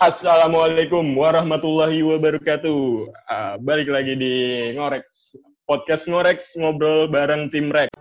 Assalamualaikum warahmatullahi wabarakatuh. Balik lagi di Ngorex, podcast Ngorex, ngobrol bareng tim Rex.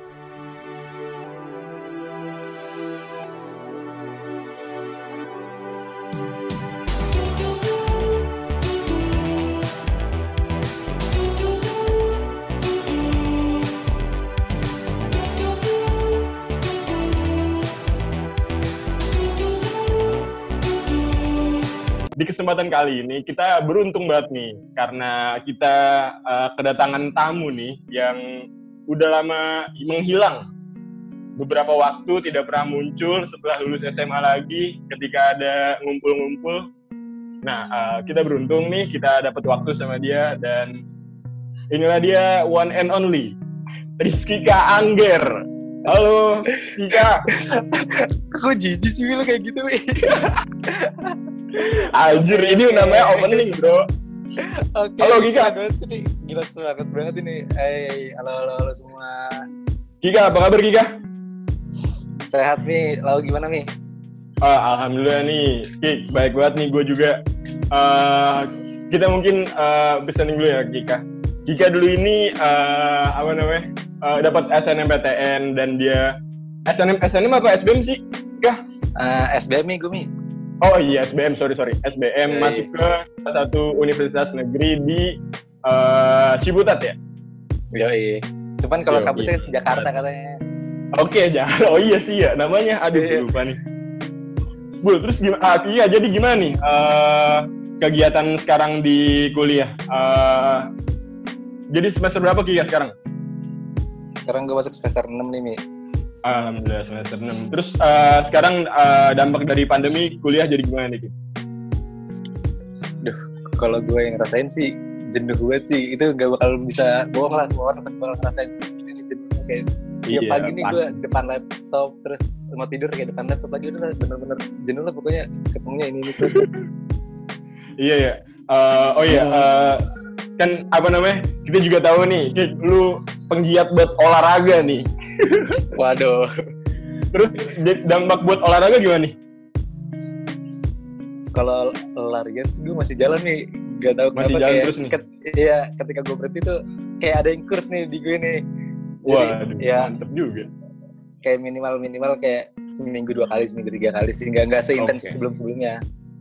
Di kesempatan kali ini kita beruntung banget nih karena kita kedatangan tamu nih yang udah lama menghilang. Beberapa waktu tidak pernah muncul, setelah lulus SMA lagi ketika ada ngumpul-ngumpul. Nah, kita beruntung nih kita dapat waktu sama dia dan inilah dia one and only Rizkika Angger. Halo, Kika. Kok jijik sih lo kayak gitu, Wi? Anjir, ini namanya opening, bro. Oke. Halo, Kika. Gila semangat banget ini. Halo semua. Kika, apa kabar, Kika? Sehat nih. Lalu gimana, Mi? Alhamdulillah nih, Kik. Baik banget nih, gue juga. Kita mungkin pesanin dulu ya, Kika. Kika dulu ini, dapat SNMPTN dan dia... SNM apa SBM sih, Kika? SBM nih, gue, Mi. Oh iya, SBM, sorry. SBM masuk ke salah satu universitas negeri di Ciputat ya? Yoi. Cuman kalau kampusnya Jakarta katanya. Oke, oh iya sih ya, namanya, lupa nih. Bu, terus gimana? Iya, jadi gimana nih kegiatan sekarang di kuliah? Jadi semester berapa Kika sekarang? Sekarang gue masuk semester 6 nih, Mi. Alhamdulillah semester 6. Terus sekarang dampak dari pandemi kuliah jadi gimana nih, Kika? Duh, kalau gue yang ngerasain sih jenuh banget sih. Itu gak bakal bisa bohong lah, semua orang pasti bakal ngerasain jenuh kayak tiap pagi nih gue depan laptop terus mau tidur kayak depan laptop lagi, udah bener-bener jenuh lah pokoknya ketemunya ini terus. Iya ya. Kan kita juga tahu nih, lu penggiat buat olahraga nih. Waduh. Terus dampak buat olahraga gimana nih? Kalau olahraga sih gue masih jalan nih, gak tahu masih kenapa jalan kayak terus nih. Iya, ketika gue berhenti tuh kayak ada yang kurs nih di gue nih. Jadi, waduh, mantep juga. Kayak minimal kayak seminggu 2 kali, seminggu 3 kali sih, nggak seintens sebelum-sebelumnya.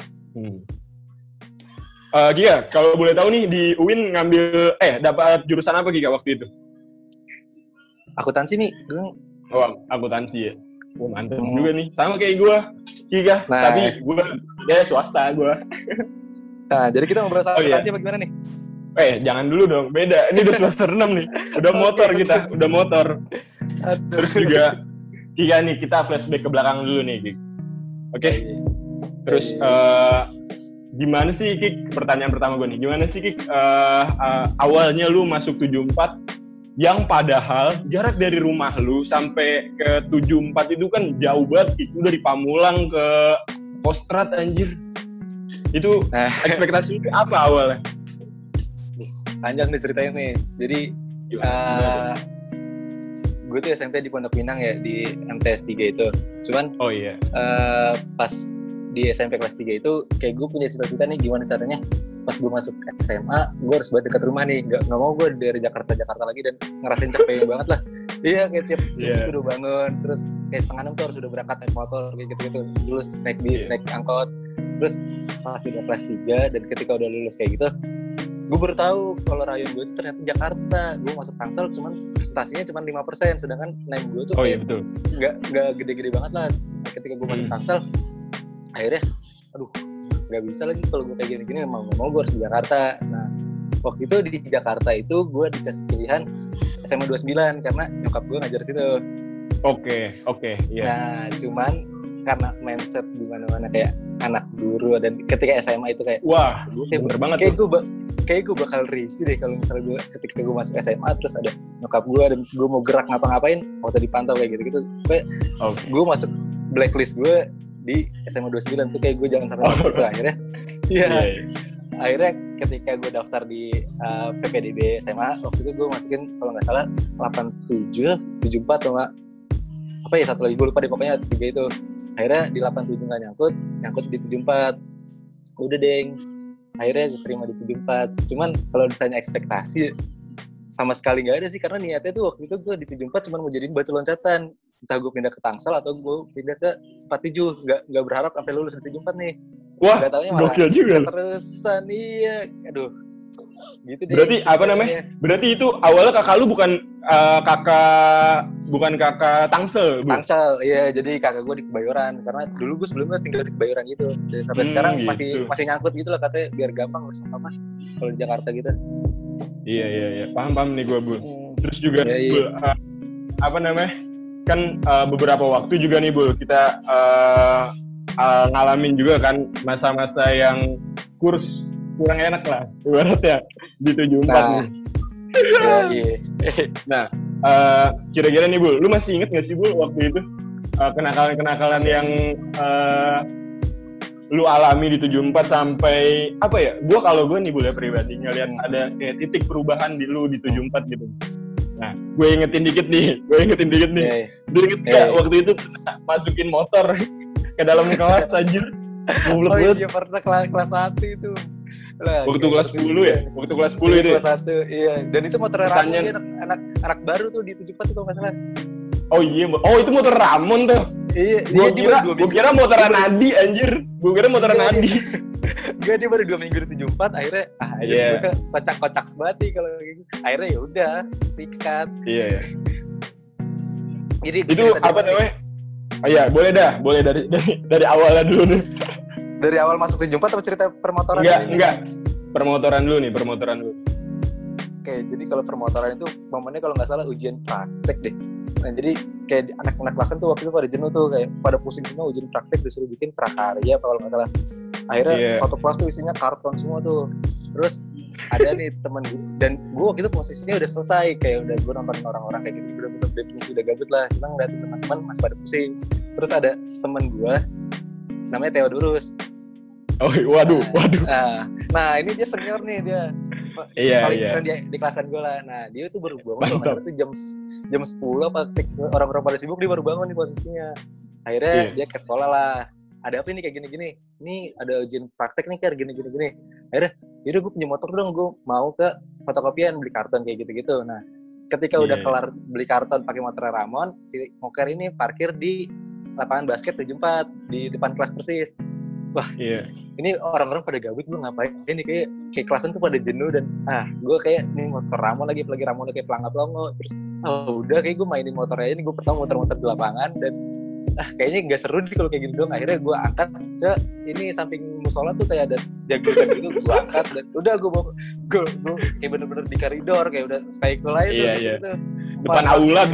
Gia, kalau boleh tahu nih di UIN ngambil dapat jurusan apa Gia waktu itu? Akuntansi nih, gue. Oh, akuntansi ya. Mantep juga nih, sama kayak gue, Gia. Nah, tapi gue swasta gue. Nah, jadi kita ngobrol soal akuntansi apa gimana nih? Jangan dulu dong, beda. Ini udah semester 6 nih, udah motor kita, udah motor. Terus juga, Gia nih, kita flashback ke belakang dulu nih, Gia. Oke? Terus, gimana sih, Kik? Pertanyaan pertama gue nih. Gimana sih, Kik? Awalnya lu masuk 74, yang padahal jarak dari rumah lu sampai ke 74 itu kan jauh banget, Kik. Lu dari Pamulang ke Kostrad, anjir. Itu ekspektasi lu apa awalnya? Panjang nih ceritanya nih. Jadi, gue tuh SMP di Pondok Pinang ya, di MTS 3 itu. Cuman, pas di SMP kelas 3 itu kayak gue punya cita-cita nih gimana caranya pas gue masuk SMA gue harus buat dekat rumah nih, nggak mau gue dari Jakarta lagi dan ngerasain capek banget lah. Iya, kayak tiap subuh udah bangun terus kayak setengah 6 tuh harus udah berangkat naik motor kayak gitu dulu, naik bis, naik angkot. Terus masih udah kelas 3 dan ketika udah lulus kayak gitu gue baru tahu kalau rayon gue itu ternyata Jakarta. Gue masuk Tangsel cuman prestasinya cuma 5%, sedangkan name gue tuh nggak gede-gede banget lah. Ketika gue masuk Tangsel akhirnya nggak bisa lagi kalau gue kayak gini-gini, mau gue harus di Jakarta. Nah waktu itu di Jakarta itu gue dikasih pilihan SMA 29 karena nyokap gue ngajar situ. Oke, iya. Nah cuman karena mindset di mana-mana kayak anak guru dan ketika SMA itu kayak wah bener banget kayak gue bakal risih deh kalau misalnya gue ketika gue masuk SMA terus ada nyokap gue dan gue mau gerak ngapa-ngapain waktu dipantau kayak gitu kayak gue masuk blacklist gue di SMA 29 tuh kayak gue jangan sampai masuk tuh akhirnya. Akhirnya ketika gue daftar di PPDB SMA waktu itu gue masukin kalau nggak salah 87, 74 sama apa ya satu lagi gue lupa deh, pokoknya 3 itu. Akhirnya di 87 nggak nyangkut di 74. Udah deng, akhirnya terima di 74. Cuman kalau ditanya ekspektasi, sama sekali nggak ada sih, karena niatnya tuh waktu itu gue di 74 cuma mau jadiin batu loncatan. Entah gue pindah ke Tangsel atau gue pindah ke 47. Nggak berharap sampai lulus di 74 nih. Wah, gokil juga. Keterusan, iya. Aduh. Gitu deh. Berarti apa namanya? Berarti itu awalnya kakak lu bukan kakak Tangsel, Bu? Tangsel, iya. Jadi kakak gue di Kebayoran. Karena dulu gue sebelumnya tinggal di Kebayoran gitu. Dan sampai sekarang gitu. masih nyangkut gitu lah, katanya biar gampang ngurus apa kalau di Jakarta gitu. Iya. Paham nih gue, Bu. Terus juga, Bu, apa namanya? Kan beberapa waktu juga nih, Bu, kita ngalamin juga kan masa-masa yang kurs kurang enak lah, ibaratnya di 74 nih. Iya. Nah, kira-kira nih, Bu, lu masih inget nggak sih, Bu, waktu itu kenakalan-kenakalan yang lu alami di 74 sampai apa ya? Kalau gue nih, Bu, ya pribadi ngeliat ada kayak titik perubahan di lu di 74 gitu. Nah, gue ingetin dikit nih. Lu inget gak waktu itu masukin motor ke dalam kelas, anjir? Oh iya, pernah kelas 1 itu. Lah, waktu kelas 10 ya? Waktu kelas 10 itu. Kelas 1, iya. Dan itu motor Ramon, dia anak baru tuh di 74 itu kalau nggak salah. Oh iya, itu motor Ramon tuh. Iya, gue kira motoran Nadi, anjir. Gue kira motoran Nadi. Dia baru 2 minggu di 74, akhirnya gue kocak-kocak banget nih kalau gitu. Akhirnya ya udah, sikat. Iya. Jadi itu apa namanya? Oh iya, boleh dari awalnya dulu nih. Dari awal masuk 74 atau cerita permotoran? Enggak. Permotoran dulu. Oke, jadi kalau permotoran itu momennya kalau nggak salah ujian praktek deh. Nah, jadi kayak anak-anak kelasan tuh waktu itu pada jenuh tuh, kayak pada pusing semua ujian praktek, disuruh bikin prakarya kalau nggak salah. Akhirnya satu kelas tuh isinya karton semua tuh. Terus ada nih temen gue, dan gue waktu itu posisinya udah selesai, kayak udah gue nonton orang-orang kayak gitu, bener-bener definisi udah gabut lah, cuma ngeliatin teman-teman masih pada pusing. Terus ada temen gue namanya Theodorus. Oh, waduh. Nah, ini dia senior nih, dia paling keren di kelasan gue lah. Nah, dia tuh baru bangun tuh jam 10 apa, orang-orang pada sibuk, dia baru bangun nih posisinya. Akhirnya dia ke sekolah lah. Ada apa nih kayak gini-gini? Ini ada ujian praktek nih, kayak gini-gini. Akhirnya, yaudah gue punya motor dong, gue mau ke fotokopian beli karton kayak gitu-gitu. Nah, ketika udah kelar beli karton pakai motor Ramon, si Moker ini parkir di lapangan basket 74 di depan kelas persis. Wah, ini orang-orang pada gabut, gue ngapain? Ini kayak kelasan tuh pada jenuh, dan gue kayak ini motor Ramon lagi Ramon kayak pelangga-pelongo. Terus udah kayak gue mainin motornya ini, gue pertama muter-muter di lapangan, dan kayaknya nggak seru nih kalau kayak gini dong. Akhirnya gue angkat ke ini samping musola tuh kayak ada jagoan gitu, gue angkat, dan udah gue kayak bener-bener di koridor, kayak udah stay cool aja gitu. Depan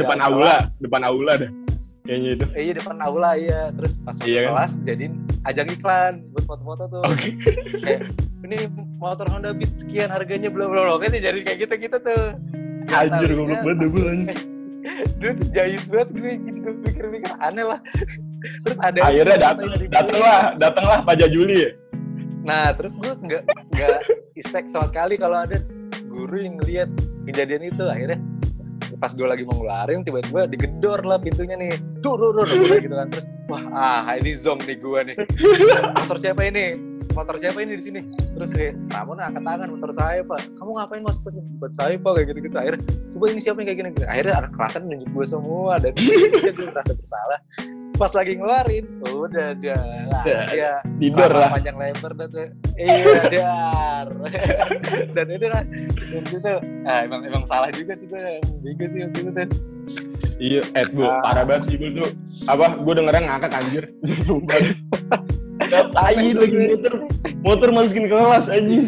aula deh kayaknya itu. Iya, depan aula, iya. Terus pas masuk kelas jadiin ajang iklan buat foto-foto tuh. Kayak ini motor Honda Beat sekian harganya, bla-bla-bla, kan jadi kayak gitu tuh. Anjir, goblok banget bulan. Dulu tuh jayus banget, gue pikir-pikir aneh lah. Terus ada akhirnya datanglah Pak Jajuli ya. Nah, terus gue nggak expect sama sekali kalau ada guru yang ngeliat kejadian itu. Akhirnya pas gue lagi mau ngeluarin, tiba-tiba digedor lah pintunya nih, dur gitu kan. Terus ini zong nih gue nih. Motor siapa ini di sini? Terus kayak Ramon angkat tangan, motor saya Pak. Kamu ngapain masuk ke buat saya Pak, kayak gitu-gitu. Akhirnya coba ini siapa nih kayak gini. Akhirnya anak kelasan nunjuk gue semua, dan gue merasa bersalah. Pas lagi ngeluarin, udah ya tidur lah panjang lebar tuh. Iya, dar. Dan itu lah, dan itu emang salah juga sih gue, bego sih waktu itu tuh. Iya, Bu, parah banget sih gue tuh. Gue dengeran ngakak anjir. Sumpah. Tai lagi motor masukin ke kelas anjing.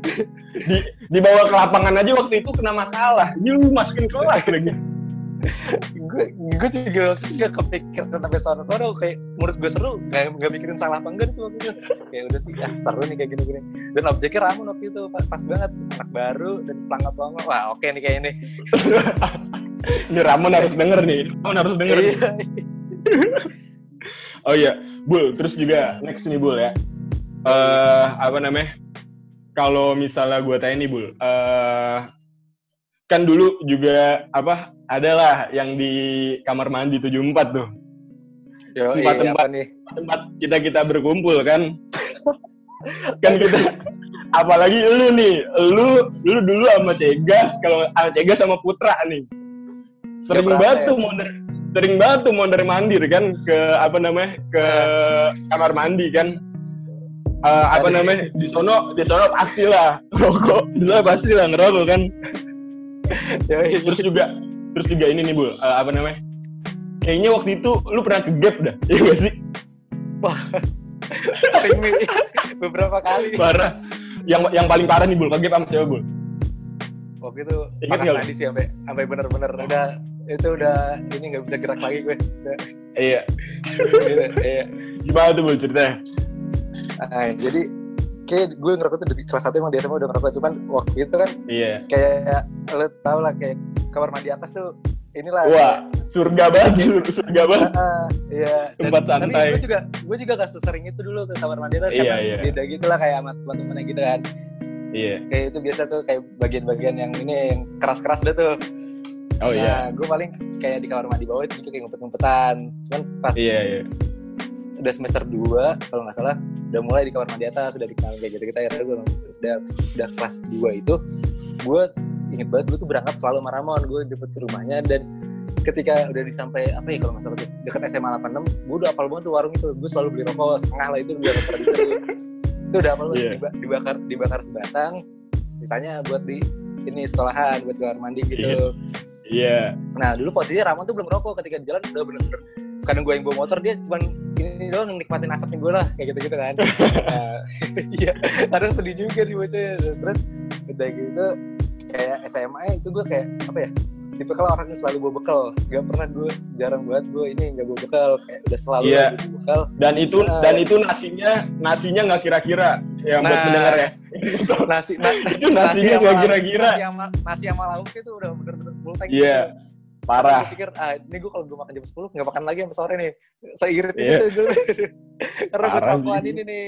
Dibawa ke lapangan aja waktu itu kena masalah. Ini lu masukin ke kelas lagi. gue juga gak kepikiran sampai sono-sono, kayak menurut gue seru, gak mikirin salah apa enggak tuh waktu itu. Kayak udah sih, seru nih kayak gini-gini. Dan objeknya Ramon waktu itu pas banget, anak baru dan pelangga-pelangga. Wah, oke nih kayak ini. Ini Ramon harus denger nih. Oh iya, Bul, terus juga next nih Bul ya. Apa namanya? Kalau misalnya gue tanya nih Bul, kan dulu juga adalah yang di kamar mandi 74 tuh. Tempat kita berkumpul kan. Kan kita apalagi lu nih, lu dulu sama Cegas, kalau sama Cegas sama Putra nih. Sering banget tuh mondar mandir kan ke ke kamar mandi kan. Di sono pastilah rokok, di sono pastilah ngerokok kan. Terus juga ini nih, Bul, kayaknya waktu itu lu pernah ke gap dah, iya gak sih? Wah, sering nih, beberapa kali. Parah. Yang paling parah nih, Bul, ke gap sama siapa, Bul? Waktu itu pakas mandi sih sampai bener-bener udah ini nggak bisa gerak lagi gue. Iya. Iya. Gimana tuh, Bul, ceritanya? Jadi kayak gue ngerokok tuh dari kelas 1 emang di SMA udah ngerokok, cuman waktu itu kan kayak lo tau lah kayak kamar mandi atas tuh inilah. Wah, surga banget. Iya. Tempat santai. Tapi gue juga gak sesering itu dulu ke kamar mandi atas karena beda gitu lah kayak sama teman-temannya gitu kan. Iya. Kayak itu biasa tuh kayak bagian-bagian yang keras-keras dah tuh. Oh iya. Nah, gue paling kayak di kamar mandi bawah itu kayak ngumpet-ngumpetan. Cuman pas udah semester 2 kalau nggak salah udah mulai di kamar mandi atas, udah dikenal kayak gitu. Kita akhirnya gue udah kelas 2 itu gue inget banget gue tuh berangkat selalu sama Ramon, gue jemput ke rumahnya. Dan ketika udah disampai kalau nggak salah dekat SMA 86, gue udah apal banget tuh warung itu. Gue selalu beli rokok setengah lah, itu biar bisa itu udah apal banget. Dibakar sebatang, sisanya buat di ini sekolahan, buat kamar mandi gitu. Iya. Nah dulu posisinya Ramon tuh belum rokok, ketika di jalan udah bener-bener kadang gue yang bawa motor, dia cuman ini doang nikmatin asapnya gue lah kayak gitu kan. Iya, kadang sedih juga nih bocah. Terus udah gitu kayak SMA itu gue kayak tipe kalau orang yang selalu bawa bekal, jarang banget gue ini nggak bawa bekal, kayak udah selalu bawa bekal. Dan itu nasinya nggak kira-kira ya, buat mendengar ya. Nasinya nggak kira-kira. Nasi sama lauk itu udah bener-bener multeng. Iya. Parah. Gue pikir, ini gue kalau gue makan jam 10 nggak makan lagi sampai sore nih. Seirit itu gue. Karena gue rokokan ini nih.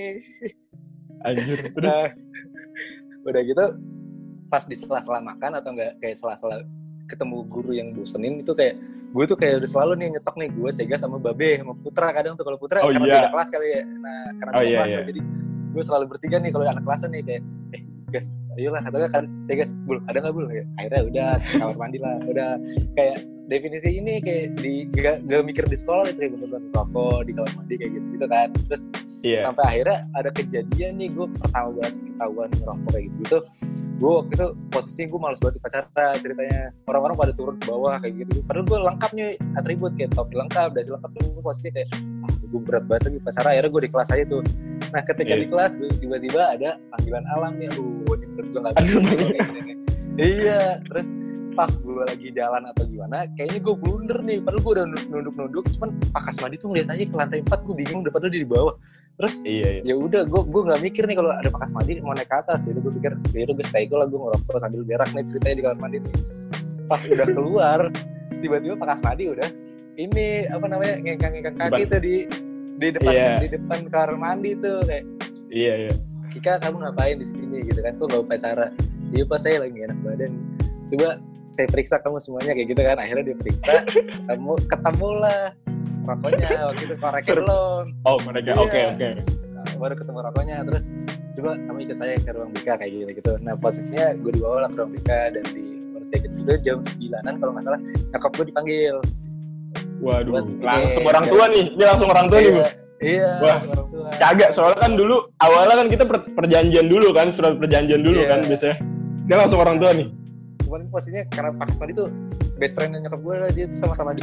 Anjir. Nah, udah gitu pas di sela-sela makan atau enggak kayak sela-sela ketemu guru yang bosenin itu kayak gue tuh kayak udah selalu nih nyetok nih gue Cegas sama Babe sama Putra. Kadang tuh kalau Putra karena beda kelas kali ya. Nah karena beda kelas jadi gue selalu bertiga nih kalau anak kelasnya nih kayak Gas, ayolah katanya kan Cegas, Bul, ada nggak Bul? Akhirnya udah kamar mandi lah, udah kayak definisi ini kayak gak mikir di sekolah itu kayak bener-bener rokok di kamar mandi kayak gitu kan. Terus sampai akhirnya ada kejadian nih, gue pertama banget ketahuan ngerokok kayak gitu. Gue waktu itu posisinya gue malas banget upacara ceritanya, orang-orang pada turun ke bawah kayak gitu. Padahal gue lengkap nih atribut kayak topi lengkap, dasi lengkap, gue posisinya kayak gue berat banget lagi upacara. Akhirnya gue di kelas aja tuh. Nah ketika di kelas gue tiba-tiba ada panggilan alam nih, ini menurut gue nggak bisa kayak gini. Iya, terus pas gue lagi jalan atau gimana, kayaknya gue blunder nih. Padahal gue udah nunduk-nunduk, cuman Pakas Mandi tuh ngeliat aja ke lantai 4, gue bingung, padahal dia di bawah. Terus ya udah, gue nggak mikir nih kalau ada Pakas Mandi mau naik ke atas. Jadi gue pikir, ya udah gue stay lah, gue ngerokok sambil berak nih ceritanya di kamar mandi nih. Pas udah keluar, tiba-tiba Pakas Mandi udah ini ngengkang kaki tuh di depan kamar mandi tuh kayak. Iya. Kika, kamu ngapain di sini gitu kan? Kok nggak upacara? Iya pas saya lagi enak badan. Coba saya periksa kamu semuanya kayak gitu kan. Akhirnya dia periksa, ketemulah rokoknya. Waktu itu koreknya belum. Oh koreknya, oke. Nah, baru ketemu rokoknya. Terus coba kamu ikut saya ke ruang BK kayak gitu. Nah posisinya gue dibawa lah ke ruang BK dan harus kayak gitu jam 9-an kalau nggak salah. Nyokap gue dipanggil. Waduh, langsung orang tua nih. Dia langsung orang tua nih, Bu. Iya. Wah, kagak, soalnya kan dulu awalnya kan kita perjanjian dulu kan, surat perjanjian dulu kan biasanya. Dia langsung orang tua nih. Cuman posisinya karena Pakas Mandi tuh best friend nyokap gue, dia tuh sama-sama di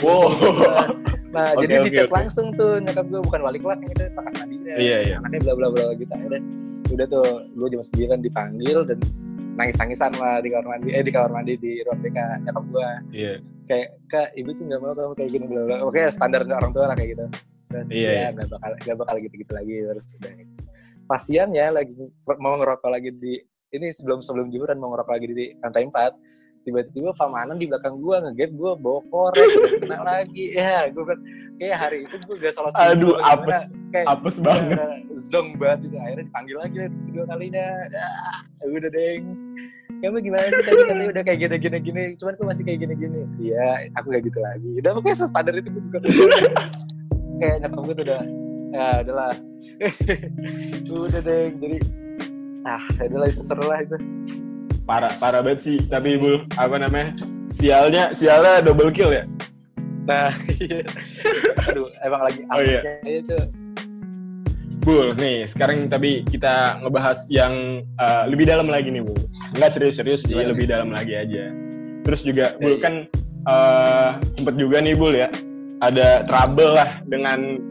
Nah, jadi di chat langsung tuh nyokap gue, bukan wali kelas yang itu Pakas Mandinya. Iya. Anaknya bla bla bla gitu. Akhirnya udah tuh gue jam 9 dipanggil dan nangis-nangisan lah di kamar mandi di ruang BK nyokap gue. Iya. Kayak, Kak, ibu tuh enggak mau kamu kayak gini bla bla. Oke, standar orang tua lah kayak gitu. Terus gak bakal gitu-gitu lagi. Terus udah pas siangnya lagi mau ngerokok lagi di ini sebelum jemuran mau ngerokok lagi di lantai 4, tiba-tiba Pak Manan di belakang gue ngegap gue bawa korek kena lagi ya. Gue kayak hari itu gue gak sholat subuh. Aduh, apes banget, zong banget itu. Akhirnya dipanggil lagi lah 2 kalinya. Udah deng, kamu gimana sih tadi katanya udah kayak gini, cuman aku masih kayak gini. Iya, aku gak gitu lagi. Udah pokoknya standar itu gue juga kayak nyokap gue tuh udah Ya udahlah. Udah deh, jadi adalah itu seru lah itu. Parah banget sih, tapi Bul, apa namanya? Sialnya double kill ya? Nah, iya. Aduh, emang lagi apesnya itu. Bul, nih sekarang tapi kita ngebahas yang lebih dalam lagi nih, Bul. Enggak serius-serius sih, lebih dalam lagi aja. Terus juga, Bul, kan sempet juga nih, Bul ya, ada trouble lah dengan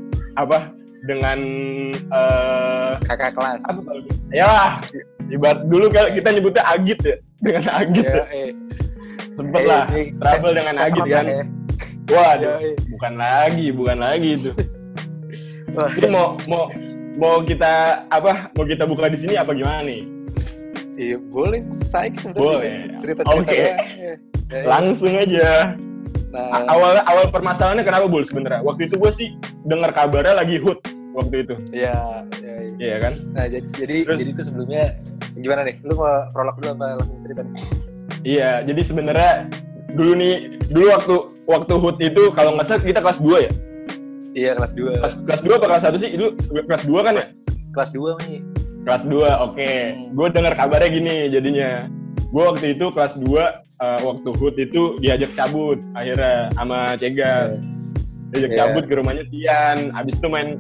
kakak kelas. Ya, ibarat dulu kita nyebutnya Agit ya, dengan Agit ya. Sempet lah, trouble dengan Agit kan. Waduh, bukan lagi itu. Ini mau kita buka di sini apa gimana nih? Iya, boleh, Saik sebenarnya. Boleh. Cerita-cerita. Oke. Langsung aja. Nah, awal permasalahannya kenapa, Bul, sebenarnya? Waktu itu gue sih dengar kabarnya lagi HUT waktu itu. Iya kan? Nah, jadi itu sebelumnya gimana nih? Lu mau prolog dulu apa langsung cerita nih? Iya, jadi sebenarnya dulu waktu HUT itu kalau nggak salah kita kelas 2 ya? Iya, kelas 2. Kelas 2 apa kelas 1 sih? Itu kelas 2 kan ya? Kelas 2 nih. Kelas 2, oke. Gue dengar kabarnya gini jadinya. Gue waktu itu kelas 2, waktu HUT itu diajak cabut akhirnya sama Cegas. Diajak cabut ke rumahnya Tian. Abis itu main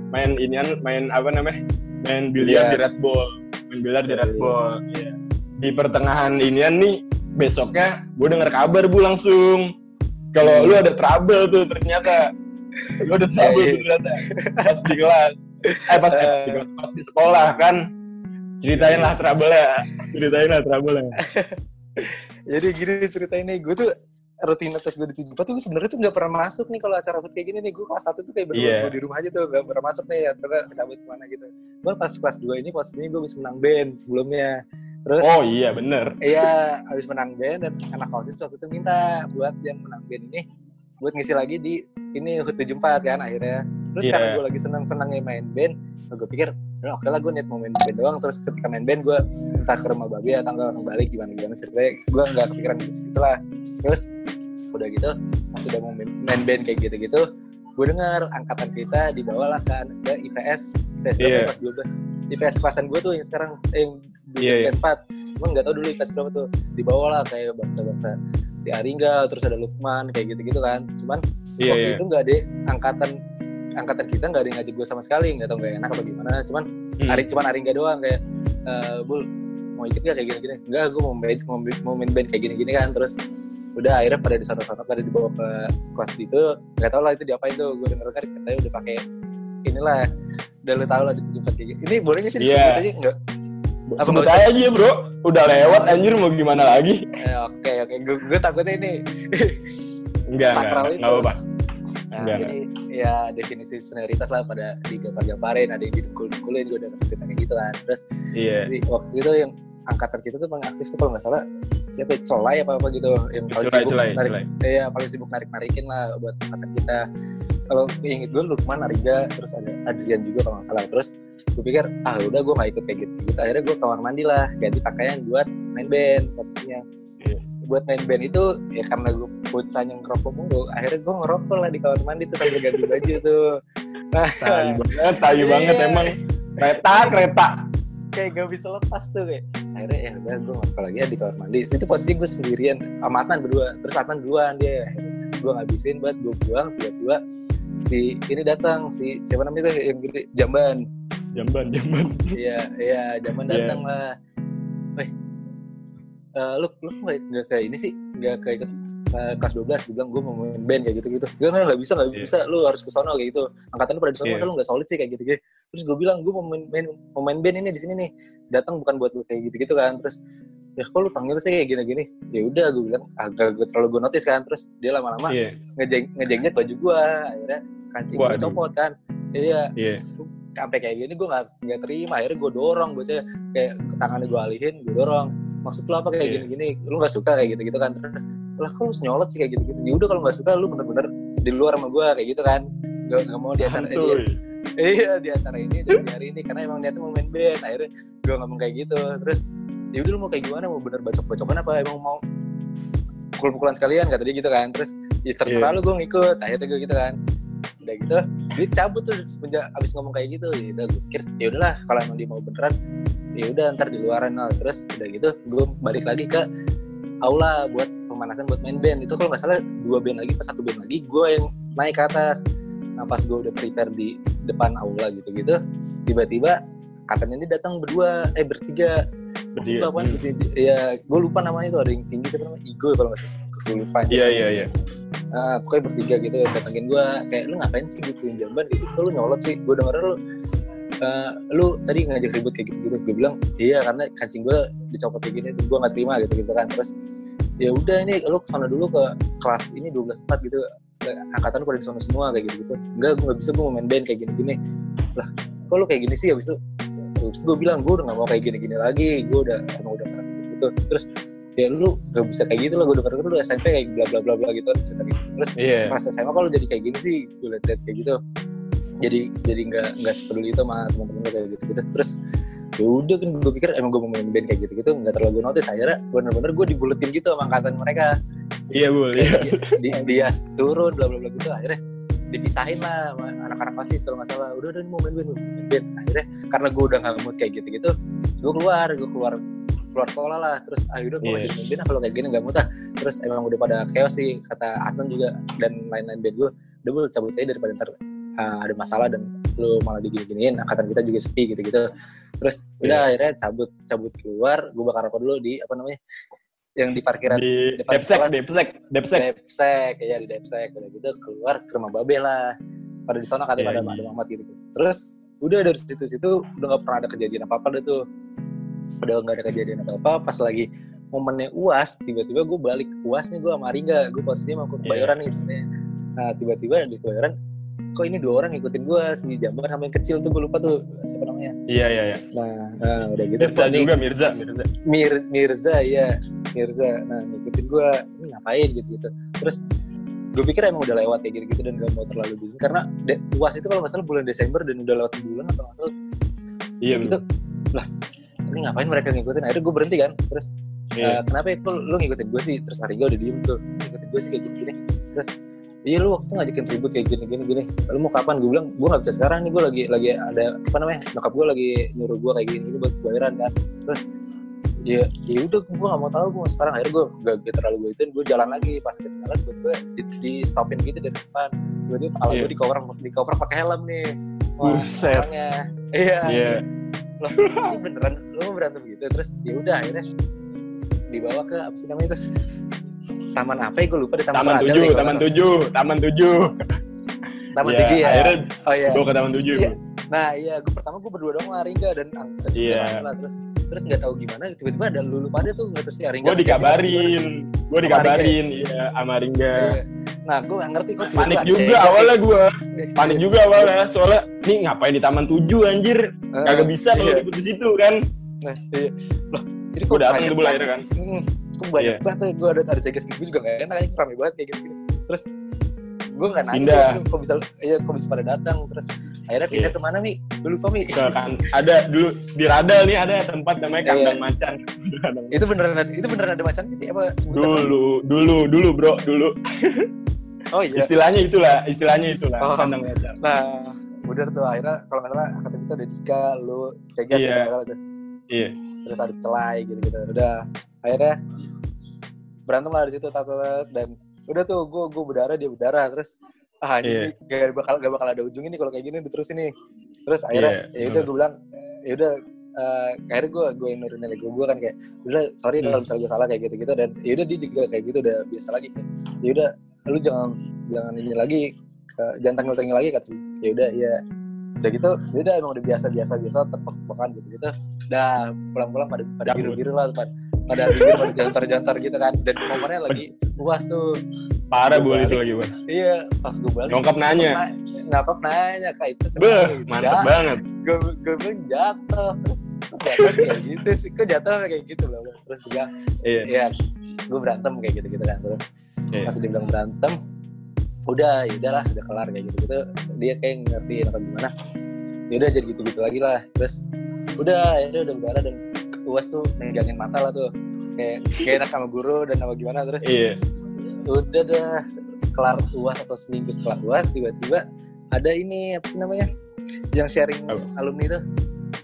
biliar di Red Bull. Iya. Di pertengahan inian nih, besoknya gue dengar kabar, Bu, langsung. Kalau lu ada trouble tuh ternyata. Lu ada trouble tuh ternyata. Pas di kelas. Pas di sekolah kan. Ceritain lah trouble-nya. Jadi gini ceritainnya, gue tuh rutinitas gue di 74 tuh sebenarnya tuh nggak pernah masuk nih kalau acara HUT kayak gini nih. Gue kelas 1 tuh kayak bener-bener gue di rumah aja tuh nggak pernah masuk nih, atau cabut kemana gitu. Gue pas kelas 2 ini posisinya gue bisa menang band sebelumnya. Terus bener. Iya, habis menang band dan anak OSIS waktu itu minta buat yang menang band ini buat ngisi lagi di ini HUT 74 kan akhirnya. Terus karena gue lagi senang-senangnya main band, gue pikir oke lah, gue niat mau main band doang. Terus ketika main band gue entah ke rumah babi atau enggak langsung balik gimana ceritanya, gue nggak kepikiran gitu lah. Terus udah gitu pas udah mau main band kayak gitu gue dengar angkatan kita dibawa lah kan ke IPS kelas 12, IPS kelasan gue tuh yang sekarang yang IPS 4, cuman nggak tahu dulu IPS berapa tuh, dibawa lah kayak bangsa-bangsa si Aringga, terus ada Lukman kayak gitu kan. Cuman waktu itu nggak ada angkatan kita nggak ada yang ngajak gue sama sekali, nggak tahu nggak enak apa gimana. Cuman Aringga doang kayak Bul mau ikut gak kayak gini-gini? Enggak, gue mau main band kayak gini-gini kan. Terus udah akhirnya pada di sana-sana pada dibawa ke kelas itu, nggak tahu lah itu diapain tuh. Gue denger kan katanya udah pakai inilah, udah lu tau lah di 74 kayak gitu. Ini boleh nggak sih disebut aja nggak? Sebut aja bro, udah lewat anjir, mau gimana lagi? Oke, gue takutnya ini sakral itu. Nggak apa-apa. Nah, jadi ya definisi senioritas lah pada digambar-gambarin, ada yang didengkul-dengkulin, gue udah cerita kayak gitu kan. Terus waktu itu yang angkatan kita tuh paling aktif tuh kalau nggak salah siapa ya, Celai apa gitu, yang paling sibuk narik, paling sibuk narik-narikin lah buat angkatan kita. Kalau inget gue Lukman, Aringga, terus ada Adrian juga kalau nggak salah. Terus gue pikir udah gue nggak ikut kayak gitu. Akhirnya gue kamar mandi lah, ganti pakaian buat main band posisinya. Buat main band itu ya karena gue bocah yang ngerokok mulu, akhirnya gue ngerokok lah di kamar mandi tuh sambil ganti baju tuh. Tayu banget emang, kereta kayak gak bisa lepas tuh kayak. Akhirnya ya udah gue ngerokok lagi ya di kamar mandi. Itu posisi gue sendirian sama Adnan berdua, terus Adnan duluan dia. Gue ngabisin buat gue buang, tiba-tiba si ini datang, si siapa namanya tuh yang gede, Jamban. Iya Jamban datang lah. Lu nggak kayak ini sih, nggak kayak kelas 12. Gue bilang gue mau main band kayak gitu. Gue nggak bisa, lu harus ke sono kayak gitu. Angkatan lu pada di sono, masa lu nggak solid sih kayak gitu. Terus gue bilang gue mau main band ini di sini nih, datang bukan buat lu kayak gitu kan. Terus ya kok lu panggil sih kayak gini-gini. Ya udah gue bilang agak terlalu gue notice kan. Terus dia lama-lama ngejengjet baju gue, akhirnya kancing gue copot kan. Iya. Sampai kayak gini gue nggak terima. Akhirnya gue dorong, gue kayak tangannya gue alihin, gue dorong. Maksud lu apa kayak gini-gini? Lu nggak suka kayak gitu kan? Terus lah kok lu nyolot sih kayak gitu. Ya udah kalau nggak suka lu bener-bener di luar sama gue kayak gitu kan? Nggak mau di acara ini. Iya di acara ini dan di hari ini karena emang niatnya mau main band. Akhirnya gue ngomong kayak gitu. Terus ya udah lu mau kayak gimana? Mau bener bacok-bacokan apa? Emang mau pukul-pukulan sekalian kata dia gitu kan? Terus ya terserah lu, gue ngikut. Akhirnya gue gitu kan. Udah gitu dia cabut tuh semenjak abis ngomong kayak gitu. Ya udah gue pikir ya udahlah kalau emang dia mau beneran ya udah ntar di luaran lah. Terus udah gitu gue balik lagi ke aula buat pemanasan buat main band. Itu kalau nggak salah 2 band lagi, pas 1 band lagi gue yang naik ke atas. Nah pas gue udah prepare di depan aula gitu tiba-tiba katanya dia datang bertiga. Ya gue lupa namanya tuh, ada yang tinggi siapa namanya, Igo kalau nggak salah, gue lupa. Iya. Nah pokoknya bertiga gitu datengin gue kayak lu ngapain sih gituin Jamban kayak gitu, lu nyolot sih, gue denger lu tadi ngajak ribut kayak gitu. Gue bilang iya karena kancing gue dicopot kayak gini, gue nggak terima gitu kan. Terus ya udah ini lu kesana dulu ke kelas ini 12/4 gitu, angkatan lu pada di sana semua kayak gitu. Enggak, gue nggak bisa, gue mau main band kayak gini lah. Kok lu kayak gini sih? Habis itu gue bilang gue udah nggak mau kayak gini lagi, gue udah gitu. Terus ya lu gak bisa kayak gitu lah, gue denger lu SMP kayak bla bla bla bla gitu cerita gitu. Terus pas SMA kalau jadi kayak gini sih gue liat kayak gitu, jadi nggak sepeduli itu sama teman-teman kayak gitu. Terus ya udah kan gue pikir emang gue mau main band kayak gitu nggak terlalu gue notice. Akhirnya bener-bener gue dibuletin gitu sama angkatan mereka. Dia turun bla bla bla gitu. Akhirnya dipisahin lah sama anak-anak OSIS kalau nggak salah. Udah mau main band. Akhirnya karena gue udah nggak mood kayak gitu gue keluar sekolah lah. Terus udah gue ngajarin main band kalau kayak gini nggak mood lah. Terus emang udah pada chaos sih kata Adnan juga dan lain-lain band gue. Udah gue cabut aja daripada ntar ada masalah dan lu malah digini-giniin, angkatan kita juga sepi gitu. Terus udah akhirnya cabut keluar. Gue bakar rokok dulu di apa namanya yang di parkiran di Depsek ya, di Depsek. Udah gitu keluar ke rumah Babe lah, pada di sana katanya ada Mamat gitu. Terus udah dari situ udah nggak pernah ada kejadian apa deh tuh, udah nggak ada kejadian apa. Pas lagi momennya UAS, tiba-tiba gue balik UAS nih, gue sama Aringga, gue posisinya mau ke Kebayoran nih. Nah tiba-tiba di Kebayoran kok ini 2 orang ngikutin gue, si Jamban sama yang kecil tuh gue lupa tuh siapa namanya. Iya. Nah udah gitu Mirza. Nah ngikutin gue, ini ngapain gitu. Terus gue pikir emang udah lewat kayak gitu dan gak mau terlalu bingung karena UAS itu kalau nggak salah bulan Desember dan udah lewat sebulan atau nggak salah. Iya gitu. Lah ini ngapain mereka ngikutin? Akhirnya gue berhenti kan. Terus kenapa itu lu ngikutin gue sih? Terus Aringga udah diem tuh, ngikutin gue sih kayak gini. Terus iya lu waktu ngajakin ribut kayak gini. Lalu mau kapan? Gue bilang gue nggak bisa sekarang nih, gue lagi ada apa namanya, nyokap gue lagi nyuruh gue kayak gini buat bayaran kan. Terus ya udah gue nggak mau tahu, gue mau sekarang. Akhirnya gue gak terlalu gue ituin, gue jalan lagi. Pas jalan gue di stopin gitu dari depan. Gue kepala gue dikoper pakai helm nih. Wah orangnya iya. Loh ini beneran lu mau berantem gitu? Terus ya udah akhirnya dibawa ke apa sih namanya itu, taman apa ya gue lupa, di Taman 7 ya. Akhirnya gue ke Taman 7. Nah iya, gue pertama gue berdua doang sama Aringga dan lah. Terus nggak tahu gimana tiba-tiba ada lulu pada tuh, nggak tahu si Aringga. Gue dikabarin iya sama Aringga. Nah gue nggak ngerti kok. Panik juga awalnya soalnya nih ngapain di Taman 7 anjir, kagak bisa kalau ikut di situ kan. Nah iya loh, jadi kok datang dulu akhirnya kan. Kok banyak banget, gue ada cegas gitu juga nggak enak, kayaknya ramai banget kayak gitu. Terus gue nggak nanya kok bisa pada datang. Terus akhirnya pindah kemana Mi? Gue lupa Mi. Kan ada dulu di Radal nih, ada tempat namanya Kandang Macan. Itu beneran ada macan sih apa? Dulu bro. Oh iya. Istilahnya itulah Kandang Macan. Nah udah tuh akhirnya kalau nggak salah angkatan kita ada Dika, lu cegas ya kalau tuh. Iya. Terus ada Celai gitu. Udah akhirnya berantem lah di situ dan udah tuh gue berdarah, dia berdarah. Terus ini gak bakal ada ujungnya nih kalau kayak gini diterusin nih. Terus akhirnya ya udah gue bilang ya udah akhirnya gue nurunin ego gue kan, kayak udah sorry kalau misalnya gue salah kayak gitu dan ya udah dia juga kayak gitu udah biasa lagi kan. Ya udah lu jangan ini lagi, jangan tengil lagi kata. Ya udah udah gitu, ya udah emang udah biasa tepok-tepokan gitu. Udah pulang-pulang pada biru-biru lah, pada bibir pada jantar-jantar gitu kan. Dan momennya lagi UAS tuh. Parah Bu itu lagi, Bang. Iya, pas gue balik. Nyokap nanya kayak itu. Mantap banget. Gue bilang jatuh, terus jatuh kayak gitu sih. Kok jatuh kayak gitu loh. Terus juga iya, gue berantem kayak gitu kan. Terus pas dia bilang berantem, udahlah, udah kelar kayak gitu. Dia kayak ngerti apa gimana. Ya udah jadi gitu lagi lah. Terus udah berdarah dan UAS tuh megangin mata lah tuh. Kayak enak sama guru dan apa gimana. Terus udah dah kelar UAS atau seminggu setelah UAS tiba-tiba ada ini apa sih namanya yang sharing alumni tuh.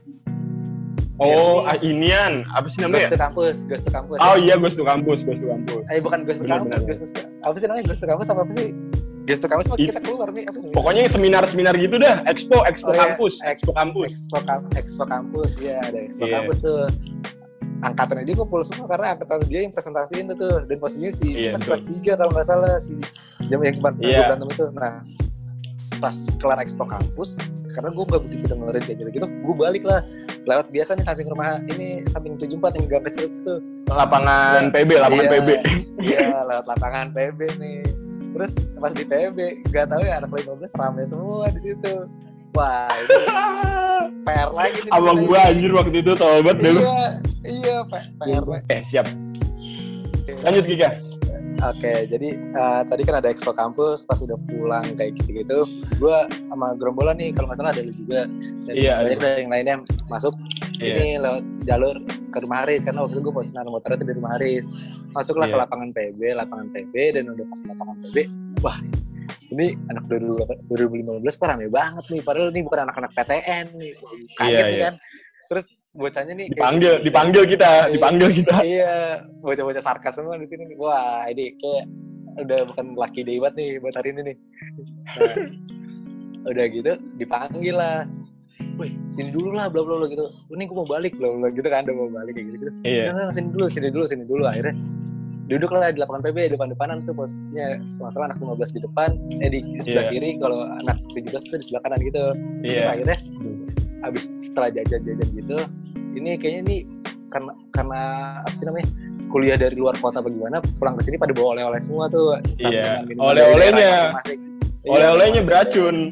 Oh, inian apa sih namanya? Ghost to Campus. Oh iya, Ghost to Campus. Bukan Ghost to Campus, apa sih namanya Ghost to Campus apa sih? Ghost to Campus mah kita keluar nih apa namanya? Pokoknya seminar-seminar gitu dah, Expo Campus. Expo Campus, ya ada Expo Campus tuh. Angkatannya dia kumpul semua karena angkatan dia yang presentasiin tuh, dan posisinya sih pas kelas 3 kalau nggak salah sih. Yang kemarin gue berantem itu. Nah, pas kelar Expo Campus, karena gue nggak begitu dengerin kayak gitu-gitu, gue balik lah lewat biasa nih samping rumah ini, samping 74 yang gang kecil itu, lapangan PB. Iya, lewat lapangan PB nih. Terus pas di PB, nggak tahu ya anak 15 rame semua di situ. Wah, ini PR lagi nih. Abang gue anjir waktu itu tau banget dulu. Iya, PR lagi. Siap. Lanjut Kika. Oke, jadi tadi kan ada Expo Campus, pas udah pulang kayak gitu-gitu, gue sama gerombolan nih, kalau nggak salah ada lu juga, dan banyak dari yang lainnya masuk ini lewat jalur ke Rumah Haris, karena waktu itu gue posisi naruh motornya di Rumah Haris, masuklah ke lapangan PB, dan udah pas lapangan PB, wah ini anak 2015 kok rame banget nih, padahal ini bukan anak-anak PTN nih, kaget nih kan. Terus bocahnya nih dipanggil kita. Iya, bocah-bocah sarkas semua di sini nih. Wah, ini kayak udah bukan lucky day banget nih buat hari ini nih. Nah, udah gitu dipanggil lah. Wih, sini dulu lah bla bla bla gitu. Ini gue mau balik bla bla gitu kan, udah mau balik kayak gitu. Iya. Nah, sini dulu. Akhirnya duduk lah di lapangan PB depan-depanan tuh posisinya. Masalah anak 15 di depan, di sebelah kiri, kalau anak 17 tuh di sebelah kanan gitu. Terus akhirnya abis setelah jajan gitu, ini kayaknya nih karena apa sih namanya, kuliah dari luar kota bagaimana, pulang ke sini pada bawa oleh-oleh semua tuh. Iya. Oleh-olehnya beracun.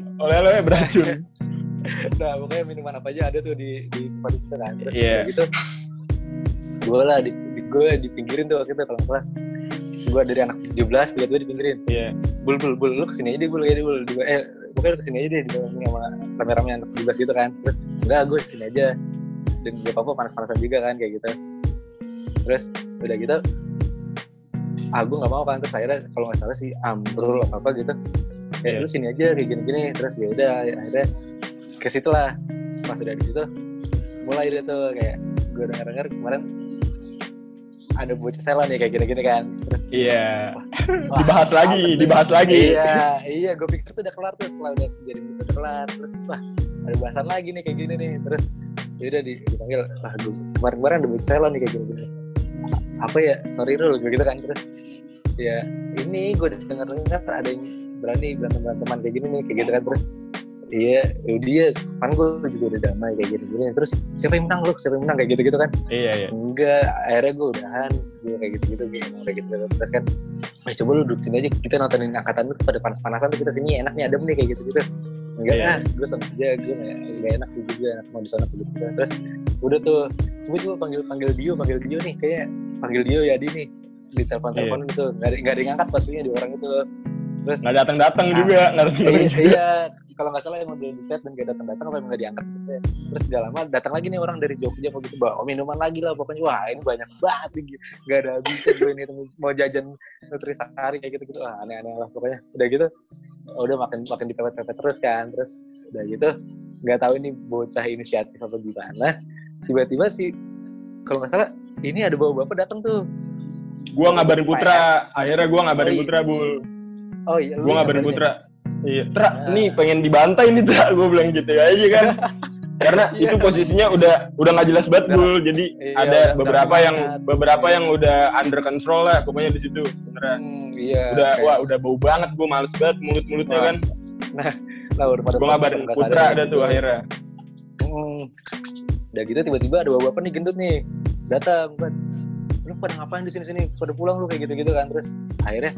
Nah, pokoknya minuman apa aja ada tuh di tempat itu kan. Terus gitu, gue dipinggirin tuh waktu itu kalau nggak salah. Gue dari anak 17 tiba-tiba dipinggirin. Iya. Bul, lu kesini aja deh, pokoknya lu kesini aja deh sama rame-rame anak 17 gitu kan. Terus enggak, gue kesini aja, dan gak apa-apa, panas-panasan juga kan kayak gitu. Terus udah gitu gue gak mau kan, terus akhirnya kalau gak salah si Amrul apa gitu kayak lu sini aja kayak gini-gini. Terus ya udah akhirnya ke situ lah. Pas udah di situ mulai deh tuh kayak gue dengar kemarin ada bocah Sela nih kayak gini-gini kan. Terus dibahas lagi. Iya, gue pikir tuh udah kelar tuh, setelah udah jadi itu udah kelar. Terus ada bahasan lagi nih kayak gini nih. Terus ya udah dipanggil, kemarin ada bocah Sela nih kayak gini-gini. Apa ya, sorry Rul gitu kan. Terus ya ini gue dengar ada yang berani berantem-beranteman kayak gini nih kayak gitu kan. Terus dia kan gue juga udah damai kayak gini-gini. Terus siapa yang menang kayak gitu-gitu kan. Iya. Enggak, akhirnya gue udahan, gue kayak gitu-gitu, gue ngomong kayak gitu. Terus kan, coba lu duduk sini aja, kita nontonin angkatan lu pada panas-panasan tuh, kita sini enak nih, adem nih kayak gitu-gitu. Enggak gue sama aja, gue gak enak juga, mau di sana gitu. Terus udah tuh, coba panggil Dio nih, kayak panggil Dio ya nih, di telepon gitu, nggak ada yang ngangkat pastinya di orang itu. Terus nggak datang juga. Iya, kalau nggak salah emang udah di chat dan gak datang apa emang nggak diangkat gitu ya. Terus gak lama datang lagi nih orang dari Jogja mau gitu, bawa minuman lagi lah pokoknya. Wah ini banyak banget nih, nggak ada habisnya gue ini mau jajan Nutrisari kayak gitu. Wah aneh-aneh lah pokoknya. Udah gitu udah makin dipepet-pepet terus kan. Terus udah gitu nggak tahu ini bocah inisiatif apa gimana, tiba-tiba sih kalau nggak salah ini ada bapak datang tuh. Gue ngabarin Putra, akhirnya gue ngabarin Putra, Bul. Oh iya, gue ngabarin Putra. Iya, Tra, nih pengen dibantai nih, Tra. Gue bilang gitu aja kan. Karena itu posisinya udah nggak jelas banget, Bul. Jadi ada beberapa yang udah under control lah, pokoknya di situ sebenarnya. Udah bau banget, gue males banget mulutnya kan. Nah, udah pada. Gue ngabarin Putra ada tuh akhirnya. Udah gitu tiba-tiba ada bapak nih gendut nih datang kan. Lu pada ngapain di sini? Pada pulang lu kayak gitu kan. Terus akhirnya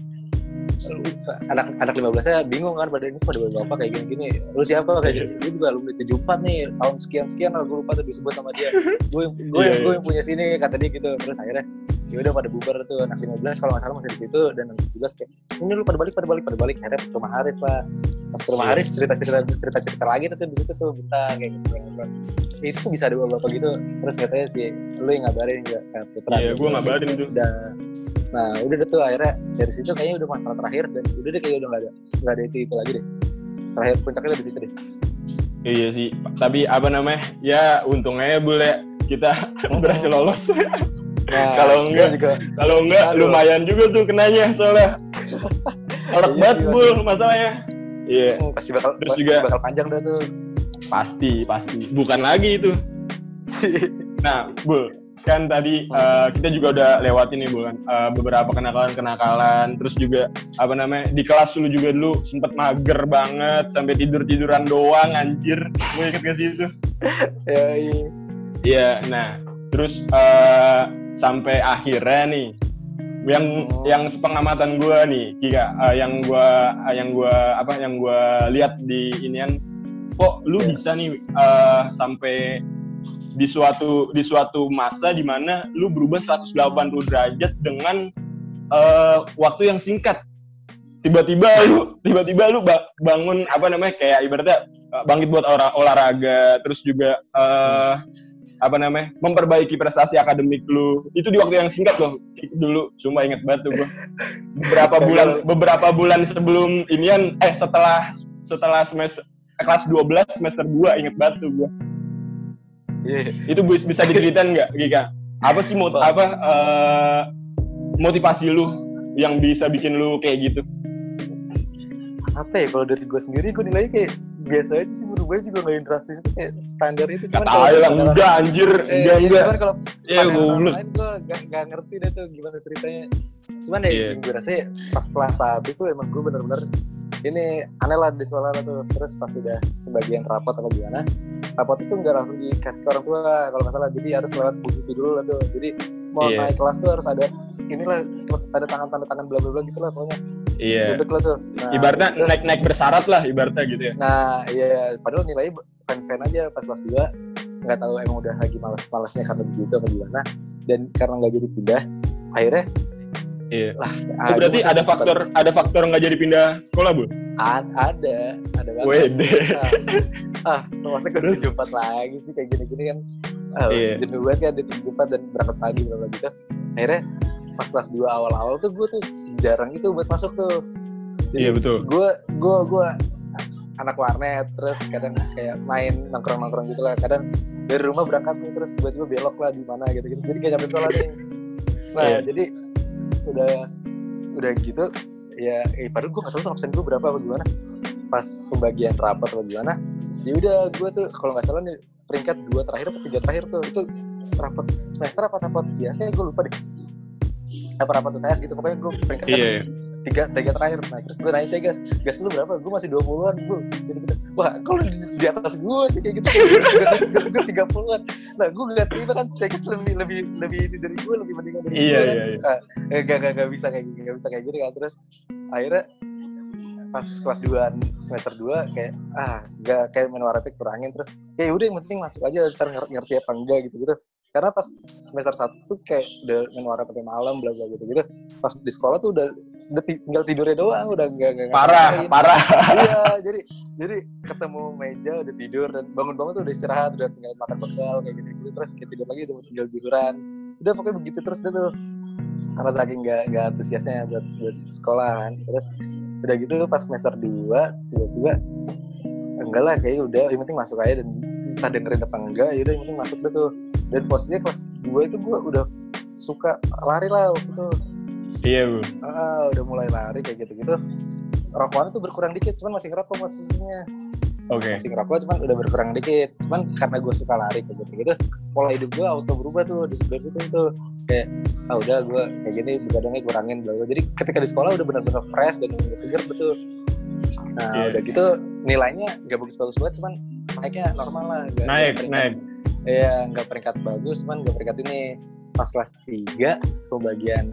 anak 15-nya bingung kan, pada bapak kayak gini. Lu siapa kayak gitu? Gue juga alumni 74 nih, tahun sekian lah gue lupa tuh disebut sama dia. Gue yang punya sini kata dia gitu. Terus akhirnya ya udah pada bubar tuh, anak 15 kalau nggak salah masih di situ, dan anak 17 kayak ini lu pada balik, akhirnya ke rumah Haris lah. Pas ke rumah Haris cerita lagi tuh di situ tuh bentar kayak gitu. Itu tuh bisa ada beberapa gitu, terus katanya sih lu yang ngabarin nggak Putra? Iya, gue ngabarin tuh. Nah udah deh tuh akhirnya dari situ kayaknya udah masalah terakhir, dan udah deh kayaknya udah nggak ada itu lagi deh. Terakhir puncaknya di situ deh. Iya sih, tapi apa namanya? Ya untungnya boleh kita berhasil lolos. Nah, kalau enggak lumayan juga tuh kenanya soalnya. Orang banget Bul masalahnya. Iya. Pasti bakal panjang dah tuh. Pasti. Bukan lagi itu. Nah, Bul, kan tadi kita juga udah lewatin nih Bul kan beberapa kenakalan, terus juga apa namanya di kelas dulu sempet mager banget sampai tiduran doang anjir. Gue inget gak sih itu? Iya, nah terus sampai akhirnya nih yang sepengamatan gue nih Kika, yang gue lihat di inian, kok lu bisa nih sampai di suatu masa di mana lu berubah 180 derajat dengan waktu yang singkat. Tiba-tiba lu bangun apa namanya kayak ibaratnya bangkit buat olahraga, terus juga apa namanya memperbaiki prestasi akademik lu itu di waktu yang singkat loh. Dulu cuma inget banget tuh gue beberapa bulan sebelum inian setelah semester kelas 12 semester 2 inget banget tuh gue. Itu bisa diceritain nggak Gika? Apa sih motivasi lu yang bisa bikin lu kayak gitu? Apa ya, kalau dari gue sendiri gue nilai kayak biasa aja sih, menurut gue juga nggak drastis itu kayak standar itu. Cuman kalau enggak anjir, enggak. Cuman kalau orang lain gue nggak ngerti deh tuh gimana ceritanya. Cuman ya gue rasa ya, pas kelas 1 itu emang gue bener-bener ini aneh lah di sekolah tuh. Terus pas udah sebagian rapot apa gimana, rapot itu nggak langsung dikasih ke orang tua kalau nggak salah, jadi harus lewat buku dulu lah tuh. Jadi mau naik kelas tuh harus ada inilah tanda tangan bla bla bla gitu lah pokoknya. Iya. Duduk lah tuh. Nah, ibaratnya naik bersyarat lah ibaratnya gitu ya. Nah iya, padahal nilainya fan aja pas kelas 2. Nggak tahu emang udah lagi malas-malasnya karena begitu apa gimana, dan karena nggak jadi pindah akhirnya. Iya. Lah, berarti ada faktor nggak jadi pindah sekolah, Bu? Ada banget. Wede. Masa gue 74 lagi sih kayak gini-gini kan. Jenuh banget kan, ada 74 dan berangkat pagi berapa gitu. Akhirnya pas kelas 2 awal-awal tuh gue tuh jarang itu buat masuk tuh. Jadi, iya betul. Gue anak warnet, terus kadang kayak main nongkrong gitu lah. Kadang dari rumah berangkat nih, terus tiba-tiba belok lah di mana gitu. Jadi gak nyampe sekolah nih. Nah jadi udah gitu ya, padahal gue nggak tahu tuh absen gue berapa apa gimana. Pas pembagian rapat apa gimana, ya udah gue tuh kalau nggak salah nih peringkat 2 terakhir atau 3 terakhir tuh. Itu rapat semester apa rapat biasa gue lupa deh. Apa rapat UTS gitu, pokoknya gue peringkat 3 terakhir. Nah terus gue nanya gas lu berapa? Gue masih 20-an gue gitu. Wah kalau di atas gue sih kayak gitu, gue 30-an. Nah gue gak terima kan, Cegas lebih ini dari gue, lebih mendingan dari gue. Iya. Gak bisa kayak gini kan. Terus akhirnya pas kelas 2 semester 2 kayak gak kayak main warnet kurangin, terus kayak udah yang penting masuk aja, ntar ngerti apa enggak gitu. Karena pas semester 1 tuh kayak udah main warnet sampai malam bla bla gitu. Pas di sekolah tuh udah tinggal tidurnya doang, udah enggak parah. Iya, jadi ketemu meja udah tidur, dan bangun-bangun tuh udah istirahat, udah tinggal makan bekal kayak gitu. Terus kayak tidur lagi udah tinggal tiduran. Udah pokoknya begitu terus tuh. Karena saking enggak antusiasnya buat sekolah kan. Terus udah gitu pas semester 2 tiba-tiba enggak lah, kayaknya udah yang penting masuk aja, dan entah dengerin apa enggak, yaudah yang penting masuk deh tuh. Dan posisinya kelas 2 itu gue udah suka lari lah waktu itu. Iya Bu. Udah mulai lari kayak gitu-gitu. Rokokan tuh berkurang dikit, cuman masih ngerokok posisinya. Oke. Masih ngerokok cuman udah berkurang dikit. Cuman karena gue suka lari kayak gitu-gitu, pola hidup gue auto berubah tuh dari situ tuh. Kayak udah gue kayak gini begadangnya kurangin bla. Jadi ketika di sekolah udah benar-benar fresh dan udah seger betul. Nah udah gitu nilainya gak bagus-bagus banget, cuman naiknya normal lah. Naik. Iya, nggak peringkat bagus, cuman nggak peringkat ini. Pas kelas 3 pembagian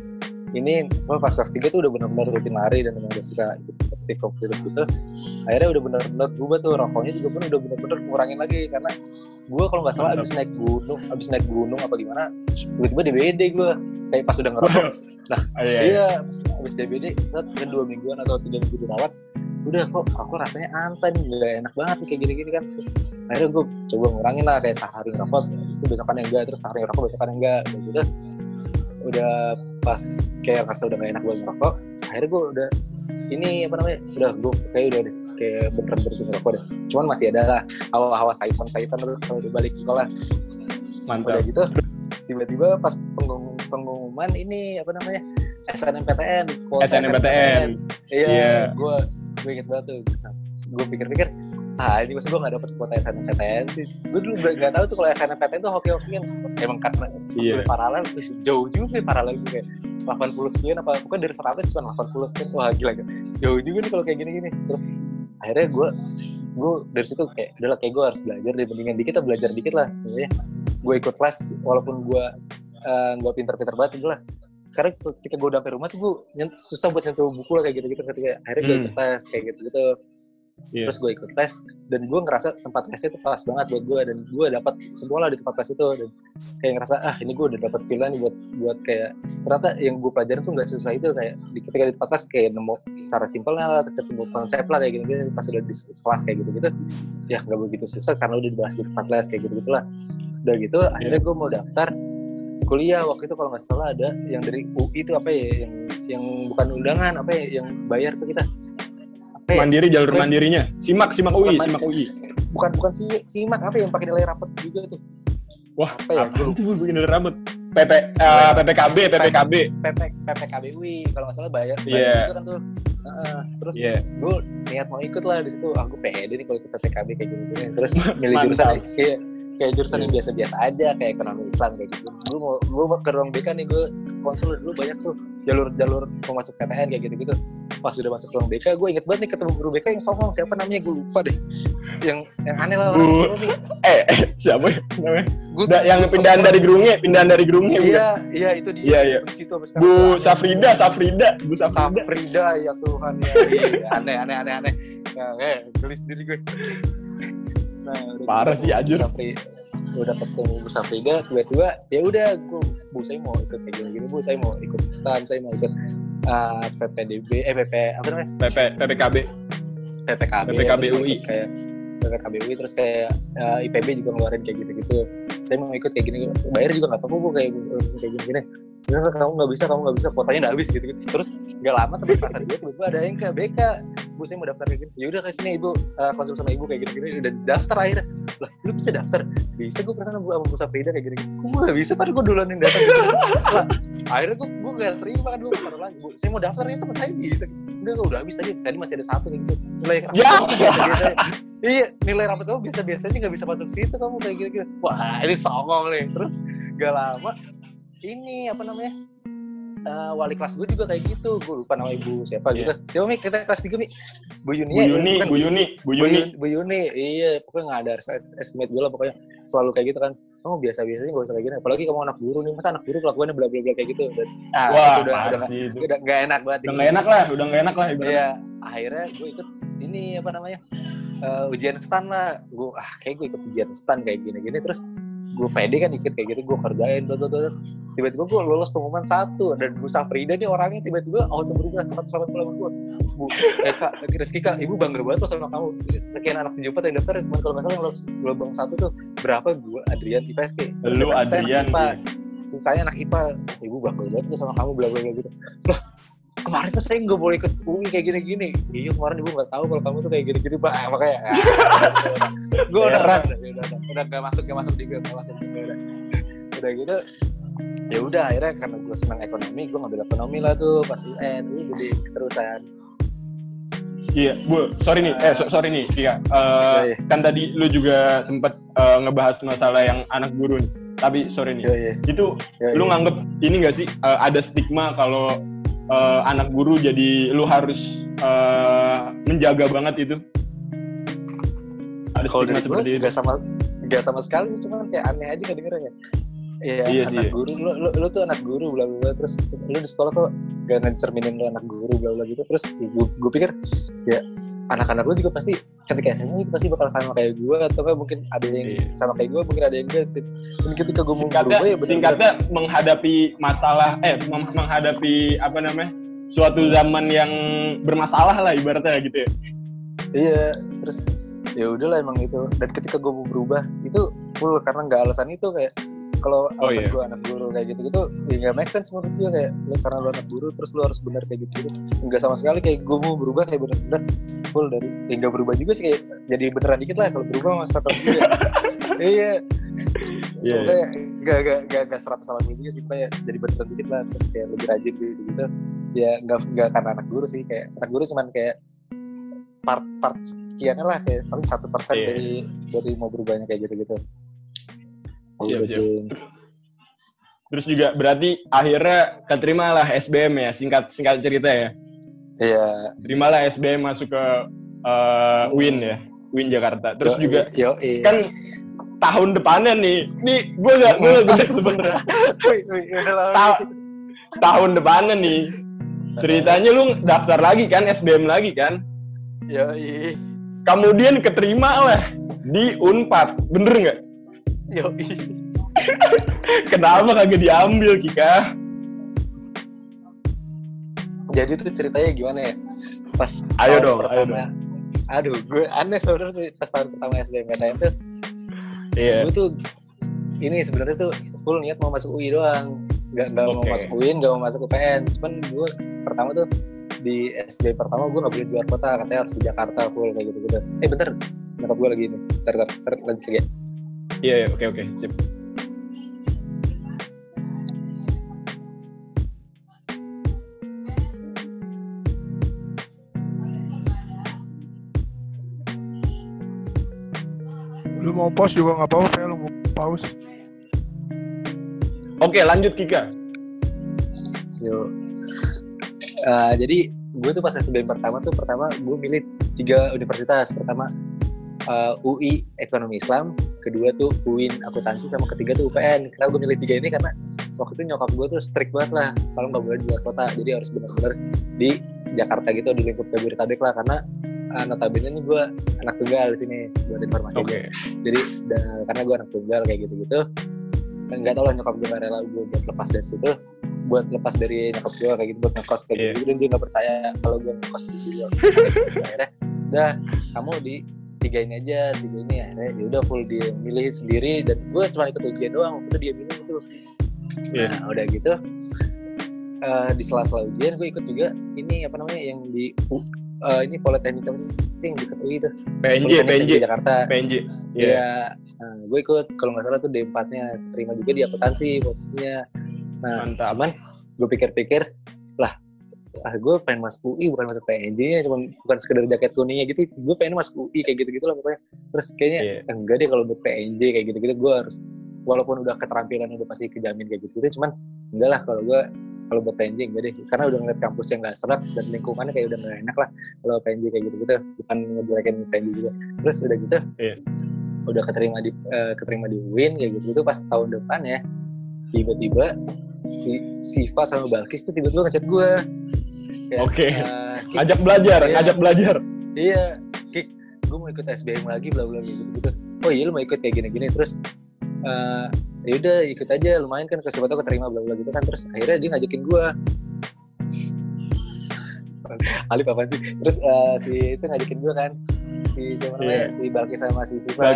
ini gue pas kelas 3 tuh udah benar-benar rutin lari dan memang udah suka ikut kompetitif gitu. Akhirnya udah benar-benar berubah tuh, rokoknya juga pun udah benar-benar ngurangin lagi karena gue kalau nggak salah abis naik gunung apa gimana, tiba-tiba DBD gue kayak pas udah ngerokok. Nah iya abis DBD kan 2 mingguan atau 3 minggu dirawat, udah kok aku rasanya antai nih, nggak enak banget nih kayak gini-gini kan. Terus akhirnya gue coba ngurangin lah, kayak sehari ngerokok, habis itu besokannya enggak, terus sehari ngerokok besokannya enggak, kayak gitu. Udah pas kayak rasa udah nggak enak buat ngerokok, akhirnya gue udah udah gue kayak bener-bener berhenti ngerokok deh. Cuman masih ada lah hawa-hawa saipan tuh kalau udah balik sekolah. Mantap. Udah gitu tiba-tiba pas pengumuman ini SNMPTN. Iya, gue inget banget tuh. Gue pikir-pikir, ini masa gue gak dapet kuota SNMPTN sih. Gue dulu gak tahu tuh kalau SNMPTN tuh hoki-hokian. Emang karena paralel, jauh juga paralel gue kayak 80 sekian apa, bukan dari 100 cuma 80 sekian. Wah gila, jauh juga nih kalau kayak gini-gini. Terus akhirnya gue dari situ kayak udahlah, kayak gue harus belajar deh, mendingan dikit belajar dikit lah. Gue ikut les walaupun gue gak pinter-pinter banget gitu lah. Karena ketika gue udah sampai rumah tuh gue susah buat nyentuh buku lah kayak gitu-gitu. Ketika akhirnya gue ikut les kayak gitu-gitu. Terus gue ikut les dan gue ngerasa tempat lesnya itu pas banget buat gue, dan gue dapat semua lah di tempat les itu, dan kayak ngerasa ini gue udah dapat feel nih buat kayak ternyata yang gue pelajarin tuh nggak susah itu, kayak ketika di tempat les kayak nemu cara simpelnya lah, ketemu konsep lah kayak gini-gini. Pas udah di kelas kayak gitu-gitu ya nggak begitu susah karena udah dibahas di tempat les kayak gitu-gitulah. Udah gitu akhirnya gue mau daftar kuliah. Waktu itu kalau nggak salah ada yang dari UI itu apa ya, yang bukan undangan, apa ya, yang bayar ke kita. Mandiri, jalur mandirinya. Simak UI. Bukan simak, apa yang pakai nilai rapot juga tuh. Wah, apa ya? Itu bikin nilai rapot. PPKB UI kalau nggak salah bayar juga kan tuh. Terus gue niat mau ikut lah di situ. Aku pede nih kalau ikut PPKB kayak gini. Terus milih jurusan kayak jurusan yang biasa-biasa aja, kayak ekonomi Islam kayak gitu. Gue ke ruang BK nih, gue konsul dulu banyak tuh jalur mau masuk PTN kayak gitu-gitu. Pas udah masuk ruang BK, gue inget banget nih ketemu guru BK yang songong, siapa namanya gue lupa deh. Yang aneh lah orang ekonomi. Siapa namanya? Yang pindahan dari gerungnya. Iya itu dia. Iya. Bu Safrida ya Tuhan ya. Aneh. Tulis diri gue. Nah, parah sih anjir. Udah ketemu Bu Safrida, tiba-tiba ya udah Bu saya mau ikut kayak gini-gini, Bu saya mau ikut STAN, saya mau ikut PPKB UI kayak PPKB UI, terus kayak IPB juga ngeluarin kayak gitu-gitu. Saya mau ikut kayak gini, bayar juga nggak apa-apa Bu, kayak gini-gini. Kamu nggak bisa, kuotanya udah habis gitu. Terus nggak lama teman pasar gue tiba-tiba ada yang ke BK, Bu saya mau daftar kayak gini. Ya udah ke sini Ibu, konsul sama Ibu kayak gini-gini. Udah daftar akhirnya. Lah, lu bisa daftar? Bisa, gue perasaan sama Bu Safrida kayak gini-gini. Gue nggak bisa, padahal gue duluan yang daftar. Lah, akhirnya gue nggak terima kan, gue pesan lagi. Bu, saya mau daftar, ya teman saya bisa. Enggak, udah habis tadi masih ada satu gitu. Nilai biasa-biasa. Iya, nilai rapot kamu biasa-biasanya nggak bisa masuk situ kamu kayak gitu. Wah, ini songong nih. Terus nggak lama ini wali kelas gue juga kayak gitu. Gue lupa nama ibu siapa gitu. Siapa Mi? Kita kelas 3 Mi. Bu Yuni. Iya, pokoknya nggak ada estimate gue lah pokoknya. Selalu kayak gitu kan. Kamu biasa-biasanya nggak usah kayak gini. Apalagi kamu anak guru nih, masa anak guru kelakuannya bla bla bla kayak gitu. Dan, udah nggak enak banget. Udah nggak enak lah. Iya, akhirnya gue ikut ini ujian STAN lah. Gue kayak gue ikut ujian STAN kayak gini-gini, terus gue pede kan ikut kayak gitu, gue kerjain tuh. Tiba-tiba gue lolos pengumuman 1, dan Bu Safrida nih orangnya tiba-tiba auto berubah 180 sama gue. Bu, Kak, Rizky Kak, Ibu bangga banget loh sama kamu. Sekian anak 74 yang daftar, cuman kalau nggak salah yang lolos gelombang 1 tuh berapa? Gue Adrian IPSK. Lu Adrian. Terus saya anak IPA. Ibu bangga banget tuh sama kamu, bla bla bla gitu. Loh, kemarin tuh saya nggak boleh ikut UI kayak gini-gini. Iya, kemarin Ibu nggak tahu kalau kamu tuh kayak gini-gini, Pak. Makanya gue udah nggak masuk juga. Udah gitu. Ya udah, akhirnya karena gue senang ekonomi, gue ngambil ekonomi lah tuh pas UN. Jadi keterusan. Iya, Bu. Sorry nih, Tika. Kan tadi lu juga sempet ngebahas masalah yang anak guru nih. Tapi sorry nih, itu lu nganggep ini nggak sih ada stigma kalau anak guru jadi lu harus menjaga banget itu? Ada stigma seperti itu? Gak sama sekali sih, cuma kayak aneh aja kedengerannya. Iya anak guru, lu tuh anak guru bla bla, terus lu di sekolah kok gak ngecerminin lu anak guru bla bla gitu. Terus gue pikir ya anak-anak lu juga pasti ketika SMA pasti bakal sama kayak gue, atau kan mungkin ada yang sama kayak gue, mungkin ada yang enggak. Dan ketika gue mau berubah ya singkatnya menghadapi masalah menghadapi apa namanya suatu zaman yang bermasalah lah ibaratnya gitu ya. Iya, terus ya udahlah emang itu. Dan ketika gue mau berubah itu full karena nggak alasan itu, kayak kalau alasan gue anak guru kayak gitu-gitu ya nggak make sense menurut gue, kayak karena lu anak guru terus lu harus benar kayak gitu-gitu. Nggak sama sekali, kayak gue mau berubah kayak benar-benar full dari nggak berubah juga sih, kayak jadi beneran dikit lah. Kalau berubah masa tahun juga iya kayak nggak 180 juga sih, kayak jadi beneran dikit lah, terus kayak lebih rajin gitu ya. Nggak karena anak guru sih, kayak anak guru cuman kayak part sekiannya lah, kayak paling 1% dari mau berubahnya kayak gitu-gitu. Siap. Terus juga berarti akhirnya keterimalah SBM ya, singkat cerita ya. Iya. Terimalah SBM masuk ke UIN ya, UIN Jakarta. Terus juga kan tahun depannya nih gue gak gede sebenarnya. Tahun depannya nih, ceritanya lu daftar lagi kan, SBM lagi kan? Yoi. Kemudian keterima lah di Unpad, bener nggak? Yoi. Kenapa kagak diambil, Kika? Jadi tuh ceritanya gimana ya? Pas ayo dong. Aduh, gue aneh sebenarnya pas tahun pertama SBMPTN tuh. Iya. Gue tuh ini sebenarnya tuh full niat mau masuk UI doang. Nggak mau masuk UIN, nggak mau masuk UPN. Cuman gue pertama tuh di SBM pertama gue nggak boleh di luar kota, katanya harus di Jakarta full kayak gitu. Bentar, nyokap gue lagi ini. Ntar lanjut lagi ya. Iya, oke, sip. Lu mau pause juga nggak apa-apa, lu mau pause. Oke, lanjut Kika. Yo. Jadi gue tuh pas SBM pertama gue milih 3 universitas. Pertama UI Ekonomi Islam, kedua tuh UIN Akuntansi, sama ketiga tuh UPN. Kenapa gue milih 3 ini? Karena waktu itu nyokap gue tuh strict banget lah, kalau nggak boleh di luar kota, jadi harus benar-benar di Jakarta gitu, di lingkup Jabodetabek lah. Karena notabene ini gue anak tunggal di sini, buat informasi. Jadi karena gue anak tunggal kayak gitu-gitu, nggak tau lah nyokap gue nggak rela gue buat lepas dari situ, buat lepas dari nyokap gue kayak gitu, buat ngekos kayak gitu. Dan dia nggak percaya kalau gue ngekos di luar. Akhirnya udah, kamu di 3 ini aja, 3 ini akhirnya ya udah full dia milih sendiri, dan gue cuma ikut ujian doang. Waktu itu dia milih itu. Nah udah gitu di sela-sela ujian gue ikut juga ini apa namanya yang di ini Politeknik apa sih yang di UI itu, PNJ Jakarta. PNJ. Iya. Nah, gue ikut kalau nggak salah tuh D4-nya, terima juga di akuntansi posisinya. Nah, mantap. Cuman gue pikir-pikir lah, gue pengen masuk UI bukan masuk PNJ, cuman bukan sekedar jaket kuningnya gitu. Gue pengen masuk UI kayak gitu-gitu lah pokoknya. Terus kayaknya enggak deh kalau untuk PNJ kayak gitu-gitu, gue harus, walaupun udah keterampilan udah pasti kejamin kayak gitu-gitu, cuman enggak lah kalau buat PNJ enggak deh, karena udah ngeliat kampus yang nggak serak dan lingkungannya kayak udah nggak enak lah kalau PNJ kayak gitu-gitu. Bukan ngejelekin PNJ juga. Terus udah gitu, udah keterima di UIN kayak gitu. Pas tahun depan ya, tiba-tiba si Siva sama Balkis tuh tiba-tiba ngechat gue. Ngajak belajar. Iya, Kik, gue mau ikut SBM lagi, bla bla gitu. Oh iya, lu mau ikut kayak gini-gini. Terus ya udah ikut aja, lumayan kan, siapa tau keterima bla bla gitu kan. Terus akhirnya dia ngajakin gue. Alif apaan sih? Terus si itu ngajakin gue kan, si siapa namanya, si Balkis sama si Siva.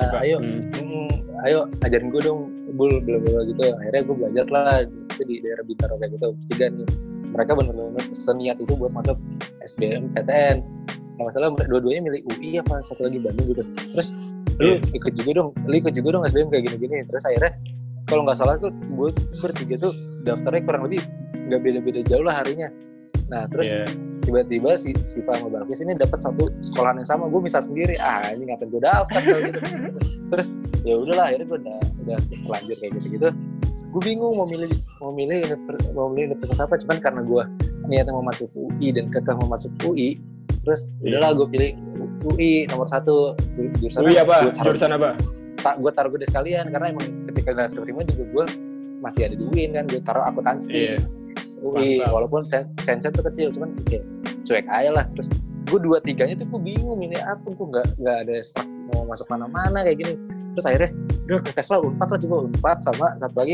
Ayo ajarin gue dong, bla bla gitu. Akhirnya gue belajar lah itu di daerah Bintaro kayak gitu. 3 nih. Mereka benar-benar seniat itu buat masuk SBM PTN. Nggak masalah, dua-duanya milih UI apa satu lagi Bandung gitu. Terus lu ikut juga dong SBM kayak gini-gini. Terus akhirnya kalau nggak salah tuh gue bertiga tuh daftarnya kurang lebih nggak beda-beda jauh lah harinya. Nah terus tiba-tiba si Siva sama Balkis ini dapat satu sekolahan yang sama. Gue bisa sendiri, ini ngapain gue daftar gitu. Terus ya udahlah, akhirnya gue udah terlanjur kayak gitu. Gue bingung mau milih universitas apa, cuman karena gue niatnya mau masuk UI dan kekeh mau masuk UI, terus udahlah gue pilih UI nomor 1. UI apa? Jurusan apa? Gue taruh gede sekalian karena emang ketika udah terima juga gue masih ada di UIN kan, gue taruh akuntansi. UI, walaupun sense tuh kecil, cuman kayak cuek aja lah. Terus gue 2-3-nya tuh gue bingung ini apa, gue nggak ada start mau masuk mana-mana kayak gini. Terus akhirnya udah ke tes lah Unpad lah, coba Unpad sama satu lagi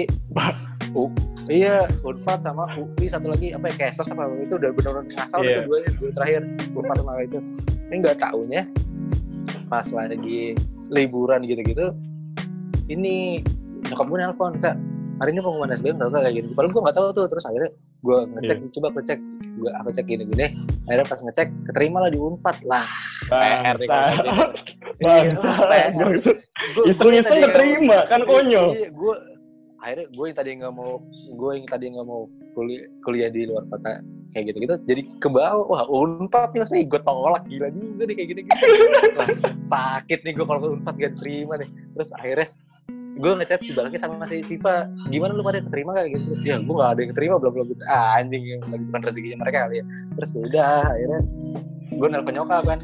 Unpad sama UI, satu lagi apa ya, Kesos apa itu udah benar-benar ngasal itu dua terakhir Unpad sama itu. Ini nggak taunya pas lagi liburan gitu-gitu, ini nyokap gue nelpon, Kak hari ini pengumuman SBM nggak kayak gini. Padahal gue nggak tahu tuh. Terus akhirnya gue ngecek, coba aku cek gini-gini. Akhirnya pas ngecek keterima lah di Unpad lah. PR deh kalau bangsa. Iseng-iseng keterima kan konyol. Gue yang tadi nggak mau kuliah di luar kota kayak gitu-gitu, jadi ke bawah. Wah Unpad nih, masa gue tolak, gila juga nih kayak gini-gini. Wah, sakit nih gue kalau ke Unpad gak terima nih. Terus akhirnya gue ngechat si Balki sama si Siva, gimana lu pada keterima kayak gitu? Ya gue nggak ada yang keterima, belum gitu. Anjing, yang lagi bukan rezekinya mereka kali ya. Terus udah akhirnya gue nelpon nyokap kan,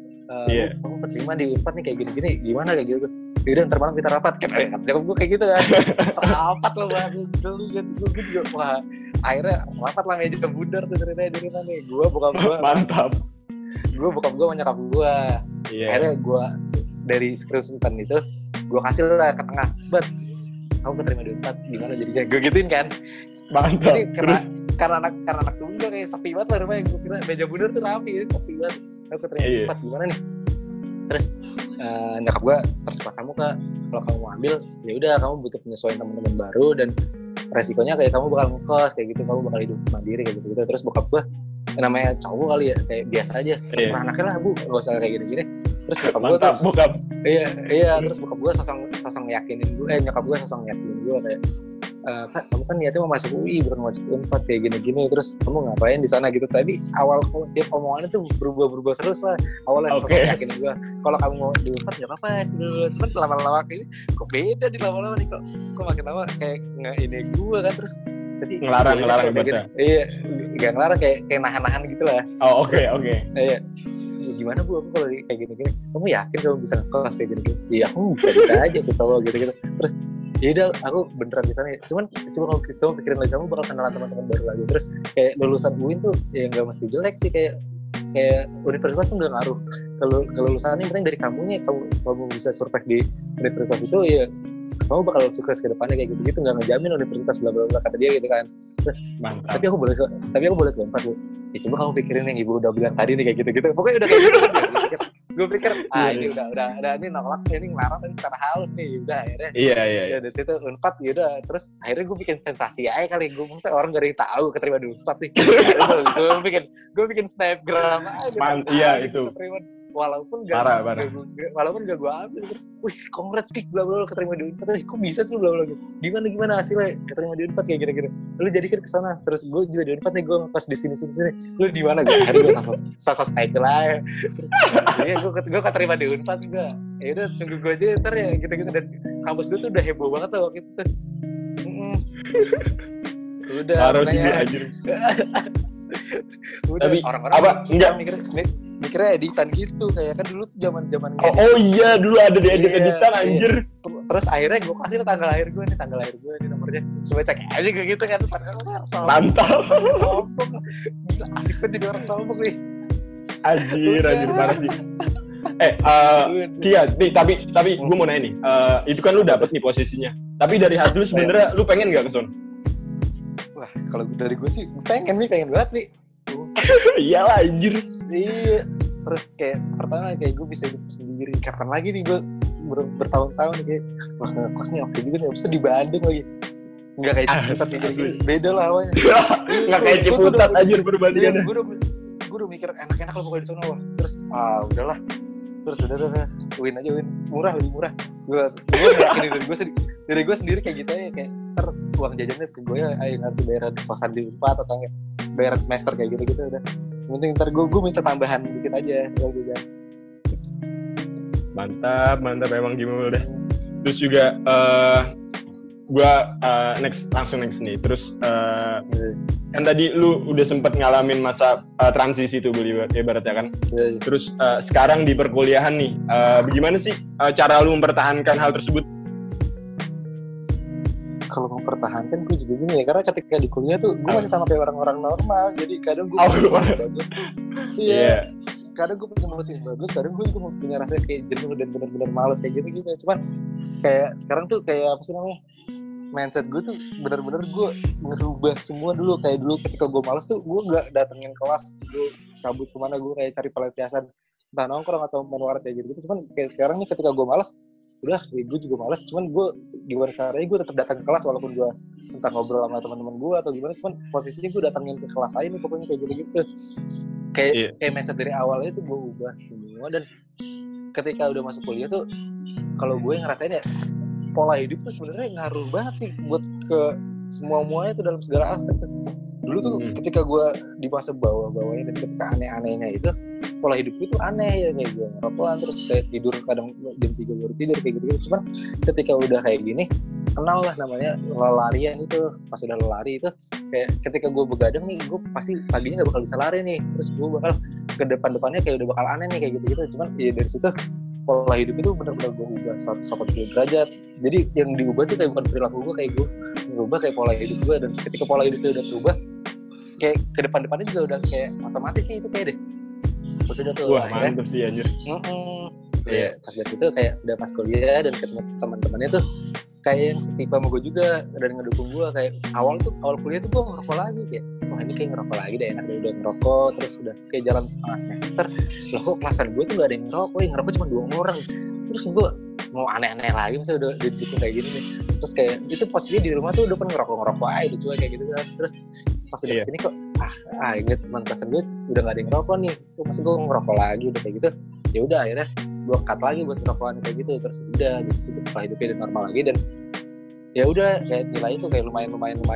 kamu keterima di Unpad nih kayak gini-gini, gimana kayak gitu? Yaudah ntar malam kita rapat. Nyokap gue kayak gitu kan, rapat lo bahas dulu kan. Gue juga wah, akhirnya rapat lah meja bundar tuh ceritanya nih. Gue bokap gue mantap. Gue bokap gue sama nyokap gue. Akhirnya gue dari screenshot itu gue kasih lah ke tengah, bet kamu keterima di Unpad gimana jadinya, gue gituin kan. Mantap. Jadi karena anak tunggu kayak sepi banget lah rumahnya, gue kira meja bundar tuh rapi, sepi banget. Aku keterima di Unpad gimana nih? Terus nyokap gue, terserah kamu Kak, kalau kamu mau ambil ya udah kamu butuh penyesuaian teman-teman baru dan resikonya kayak kamu bakal ngekos kayak gitu, kamu bakal hidup mandiri kayak gitu. Terus bokap gue namanya cowok kali ya, kayak biasa aja, terserah anaknya lah bu, nggak usah kayak gini-gini. Terus nyokap gue bokap. Iya, terus bokap gue sosong yakinin gue, nyokap gue sosong yakinin gue kayak, Kak, kamu kan niatnya mau masuk UI bukan masuk Unpad kayak gini-gini, terus kamu ngapain di sana gitu. Tapi awal tiap omongannya tuh berubah terus lah. Awalnya sosok yakinin gue, kalau kamu mau di Unpad ya apa dulu. Cuman lama-lama ini kok beda di lama-lama nih, kok makin lama kayak nggak ini gue kan. Terus jadi ngelarang gitu. Iya, nggak ngelarang, kayak nahan-nahan gitu lah. Oh oke. Iya. Gimana bu, aku kalau kayak gini-gini, kamu yakin kamu bisa ngekos kayak gini-gini? Iya, aku bisa aja tuh cowok gitu-gitu. Terus yaudah, aku beneran di sana. Cuman coba kalau pikirin lagi, kamu bakal kenalan teman-teman baru lagi. Terus kayak lulusan UIN tuh ya nggak mesti jelek sih, kayak universitas tuh nggak ngaruh. Kalau lulusannya penting dari kamunya, kamu bisa survive di universitas itu ya kamu bakal sukses ke depannya kayak gitu, nggak ngejamin universitas bla bla bla kata dia gitu kan. Terus mantap. Tapi aku boleh ke Unpad bu. Ya coba kamu pikirin yang ibu udah bilang tadi nih kayak gitu. Pokoknya udah kayak gitu kan. Gue pikir ini udah ini nolak, ini ngelarang tapi secara halus nih. Udah akhirnya. Iya. Dari situ Unpad ya udah. Terus akhirnya gue bikin sensasi aja kali. Gue masa orang gak ada yang tahu keterima di Unpad nih. Gue bikin snapgram aja. Iya itu. Walaupun gak gue ambil. Terus wih congrats Kik bla bla keterima di Unpad. Kok bisa sih bla bla gitu. Gimana hasilnya keterima di Unpad kayak gini. Lu jadikan kesana. Terus gue juga di Unpad nih, gue pas di sini. Lu di mana gue? Hari gue sosok style lah. Iya gue keterima di Unpad juga. Ya udah tunggu gue aja ntar ya gitu. Dan kampus gue tuh udah heboh banget tuh waktu itu. Udah makanya. Udah tapi, orang-orang apa enggak mikirnya editan gitu, kayak kan dulu tuh zaman oh iya dulu ada di editan anjir. Terus akhirnya gue kasih tanggal lahir gue nih nomornya, coba cek aja kayak gitu kan. Mantap. Gila asik banget jadi orang sombong nih anjir parah sih. Kia nih tapi gue mau nanya nih, itu kan lu dapet nih posisinya, tapi dari hati lu sebenarnya lu pengen nggak ke Son? Wah kalau dari gue sih pengen banget nih. Iyalah anjir. Iya. Terus kayak pertama kayak gue bisa hidup sendiri. Kapan lagi nih gue bertahun-tahun nih kayak wah ngekos nih oke juga nih. Abis itu di Bandung lagi. Nggak kayak Ciputat gitu. Beda lah awalnya. Nggak kayak Ciputat anjir perbandingannya. Gue udah mikir enak-enak kalau pokoknya di sana. Terus udahlah. Terus udah win murah, lebih murah. Gue yakinin dari gue sendiri kayak gitu aja, kayak ntar uang jajannya ke gue ayo harus bayaran kosan di Unpad atau enggak bayaran semester kayak gitu udah. Penting ntar gue minta tambahan dikit aja uang jajan. Mantap emang gimana udah. Terus juga gue langsung next nih. Terus kan tadi lu udah sempet ngalamin masa transisi tuh ibaratnya kan. Terus sekarang di perkuliahan nih, bagaimana sih cara lu mempertahankan hal tersebut? kalau mempertahankan gue juga gini ya, karena ketika di kuliah tuh gue masih sama kayak orang-orang normal, jadi kadang gue bagus, iya, kadang gue punya mood yang bagus, kadang gue juga punya rasa kayak jenuh dan benar-benar malas kayak gitu. Cuman kayak sekarang tuh kayak apa sih namanya, mindset gue tuh benar-benar gue ngerubah semua. Dulu kayak dulu ketika gue malas tuh gue nggak datengin kelas, gue cabut kemana, gue kayak cari pelampiasan entah nongkrong atau main warnet kayak gitu. Cuman kayak sekarang nih ketika gue malas, udah gue juga malas, cuman gue gimana caranya gue tetap datang ke kelas walaupun gue entah ngobrol sama teman-teman gue atau gimana, cuman posisinya gue datangin ke kelas aja nih pokoknya kayak gitu kayak mindset dari awalnya itu gue ubah semua. Dan ketika udah masuk kuliah tuh kalau gue ngerasain ya, pola hidup tuh sebenarnya ngaruh banget sih buat ke semua-muanya tuh dalam segala aspek tuh. Dulu tuh ketika gue di masa bawah-bawahnya dan ketika aneh-anehnya itu, pola hidup itu aneh ya, kayak gue ngerokokan terus kayak tidur kadang jam 3 baru tidur kayak gitu. Cuman ketika udah kayak gini, kenal lah namanya larian itu. Pas udah lari itu kayak ketika gue begadang nih, gue pasti paginya gak bakal bisa lari nih, terus gue bakal ke depan-depannya kayak udah bakal aneh nih kayak gitu. Cuman ya dari situ pola hidup itu benar-benar gue ubah 180 derajat. Jadi yang diubah tuh kayak bukan perilaku gue, kayak gue merubah kayak pola hidup gue. Dan ketika pola hidup itu udah berubah, kayak ke depan-depannya juga udah kayak otomatis sih itu kayak deh. Udah tuh. Wah, mantep sih anjir. Iya, pas dari situ kayak udah pas kuliah dan ketemu teman-temannya tuh kayak yang setipe sama gue juga dan ngedukung gue. Kayak awal kuliah tuh gue ngerokok lagi, kayak wah ini kayak ngerokok lagi deh, enak deh, udah ngerokok. Terus udah kayak jalan setengah semester, loh kok kelasan gue tuh gak ada yang ngerokok, yang ngerokok cuma 2 orang. Terus gue mau aneh-aneh lagi, misalnya udah didukung kayak gini nih. Terus kayak itu posisinya di rumah tuh udah ngerokok aja, udah cuek kayak gitu kan. Terus pas udah kesini kok inget teman kelas gue udah gak ada yang ngerokok nih, kok masih gue ngerokok lagi udah kayak gitu. Ya udah akhirnya gue cut lagi buat ngerokokan kayak gitu. Terus udah di situ pola hidupnya udah normal lagi. Dan ya udah kayak nilai itu kayak lumayan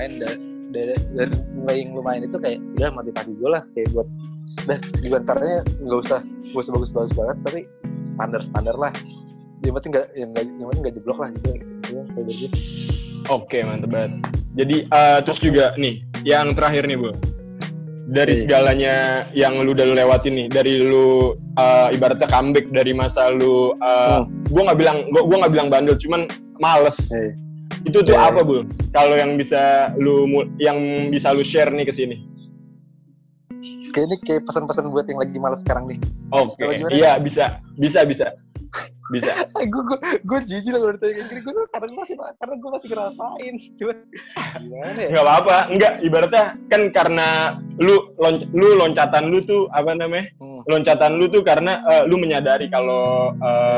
dari nilai yang lumayan itu kayak udah motivasi gue lah, kayak buat udah gimana caranya nggak usah bagus banget tapi standar lah, yang penting nggak jeblok lah gitu kayak gitu. Oke, mantep banget. Jadi terus juga nih yang terakhir nih Bu, dari segalanya yang lu udah lewatin nih, dari lu ibaratnya comeback dari masa lu gue nggak bilang bandel, cuman males. Itu tuh apa Bu? Kalau yang bisa lu share nih ke sini? Kayak ini kayak pesan-pesan buat yang lagi malas sekarang nih. Oke. Iya, bisa. Gue jijik lah kalau ditanya kayak gini. Karena gue masih ngerasain. Cuman gimana ya? Enggak apa-apa. Enggak, ibaratnya kan karena lu loncatan lu tuh apa namanya? Loncatan lu tuh karena lu menyadari kalau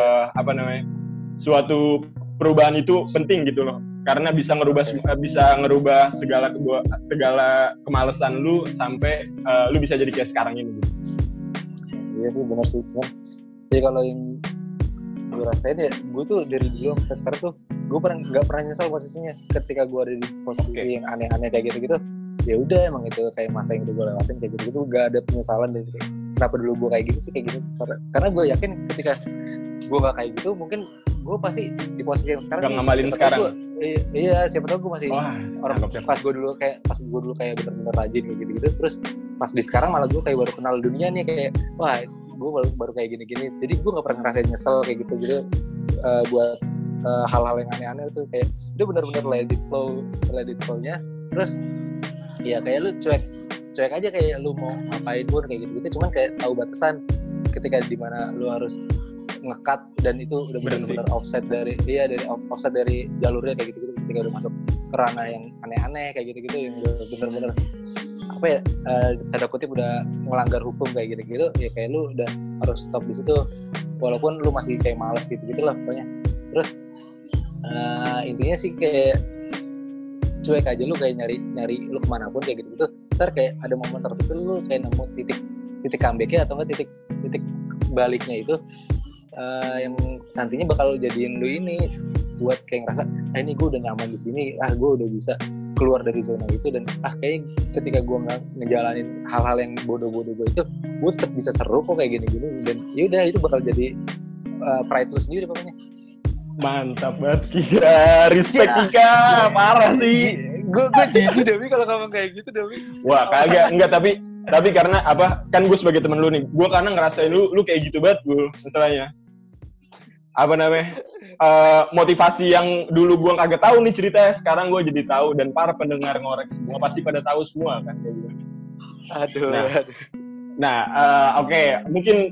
suatu perubahan itu penting gitu loh. Karena bisa ngerubah segala kemalesan lu sampai lu bisa jadi kayak sekarang ini gitu. Iya sih, benar sih. Cuman ya kalau yang gue rasain ya, gue tuh dari dulu sampai sekarang tuh gue nggak pernah nyesal posisinya. Ketika gue ada di posisi yang aneh-aneh kayak gitu, ya udah emang itu kayak masa yang udah gue lewatin kayak gitu, gak ada penyesalan dari kenapa dulu gue kayak gitu sih kayak gitu. Karena gue yakin ketika gue gak kayak gitu, mungkin gue pasti di posisi yang sekarang. Gak ngamalin sekarang. Iya, siapa tahu gue masih pas gue dulu kayak bener-bener rajin kayak gitu. Terus pas di sekarang malah gue kayak baru kenal dunia nih, kayak wah gue baru kayak gini-gini. Jadi gue nggak pernah ngerasain nyesel kayak gitu buat hal-hal yang aneh-aneh tuh. Kayak udah bener-bener let it flow-nya. Terus ya kayak lu cuek aja, kayak lu mau ngapain pun kayak gitu. Cuman kayak tahu batasan ketika dimana lu harus nge-cut dan itu udah benar-benar offset dari jalurnya kayak gitu. Ketika udah masuk ke ranah yang aneh-aneh kayak gitu yang udah benar-benar tanda kutip udah melanggar hukum kayak gitu ya, kayak lu udah harus stop di situ walaupun lu masih kayak malas gitu lah pokoknya. Terus intinya sih kayak cuek aja, lu kayak nyari lu kemanapun kayak gitu. Ntar kayak ada momen tertentu lu kayak nemu titik comeback-nya atau enggak titik baliknya itu yang nantinya bakal jadiin lu ini buat kayak ngerasa ini gue udah nyaman di sini, gue udah bisa keluar dari zona itu. Dan kayaknya ketika gue ngejalanin hal-hal yang bodoh-bodoh gue itu, gue tetap bisa seru kok kayak gini-gini. Dan yaudah itu bakal jadi pride lu sendiri pokoknya. Mantap banget Kika, respect Kika, parah sih. Gue jijik Dewi kalau ngomong kayak gitu Dewi. Wah kagak, enggak, tapi karena apa, kan gue sebagai temen lu nih, gue karena ngerasain lu kayak gitu banget gue masalahnya. Apa namanya, motivasi yang dulu gue kagak tahu nih ceritanya, sekarang gue jadi tahu, dan para pendengar ngorek semua pasti pada tahu semua kan kayak gimana. Aduh. Nah, oke. Mungkin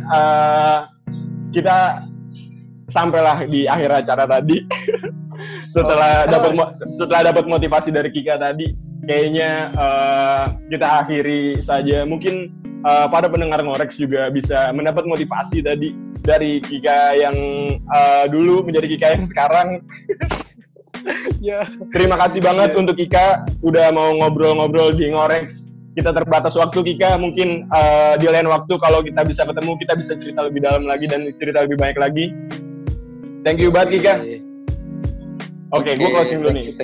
kita sampailah di akhir acara tadi. setelah dapat motivasi dari Kika tadi, kayaknya kita akhiri saja. Mungkin para pendengar ngorek juga bisa mendapat motivasi tadi dari Kika yang dulu menjadi Kika yang sekarang. Ya. Terima kasih banget untuk Kika udah mau ngobrol-ngobrol di ngorek. Kita terbatas waktu, Kika. Mungkin di lain waktu kalau kita bisa ketemu, kita bisa cerita lebih dalam lagi dan cerita lebih banyak lagi. Thank you banget, Kika. Oke, gue closing dulu nih.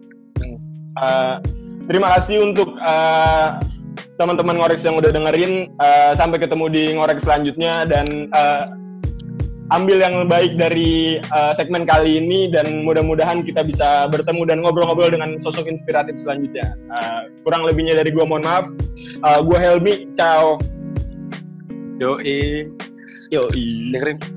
Terima kasih untuk teman-teman ngorek yang udah dengerin. Sampai ketemu di ngorek selanjutnya, dan ambil yang baik dari segmen kali ini, dan mudah-mudahan kita bisa bertemu dan ngobrol-ngobrol dengan sosok inspiratif selanjutnya. Kurang lebihnya dari gue mohon maaf. Gue Helmi, ciao. Yoi. Dengerin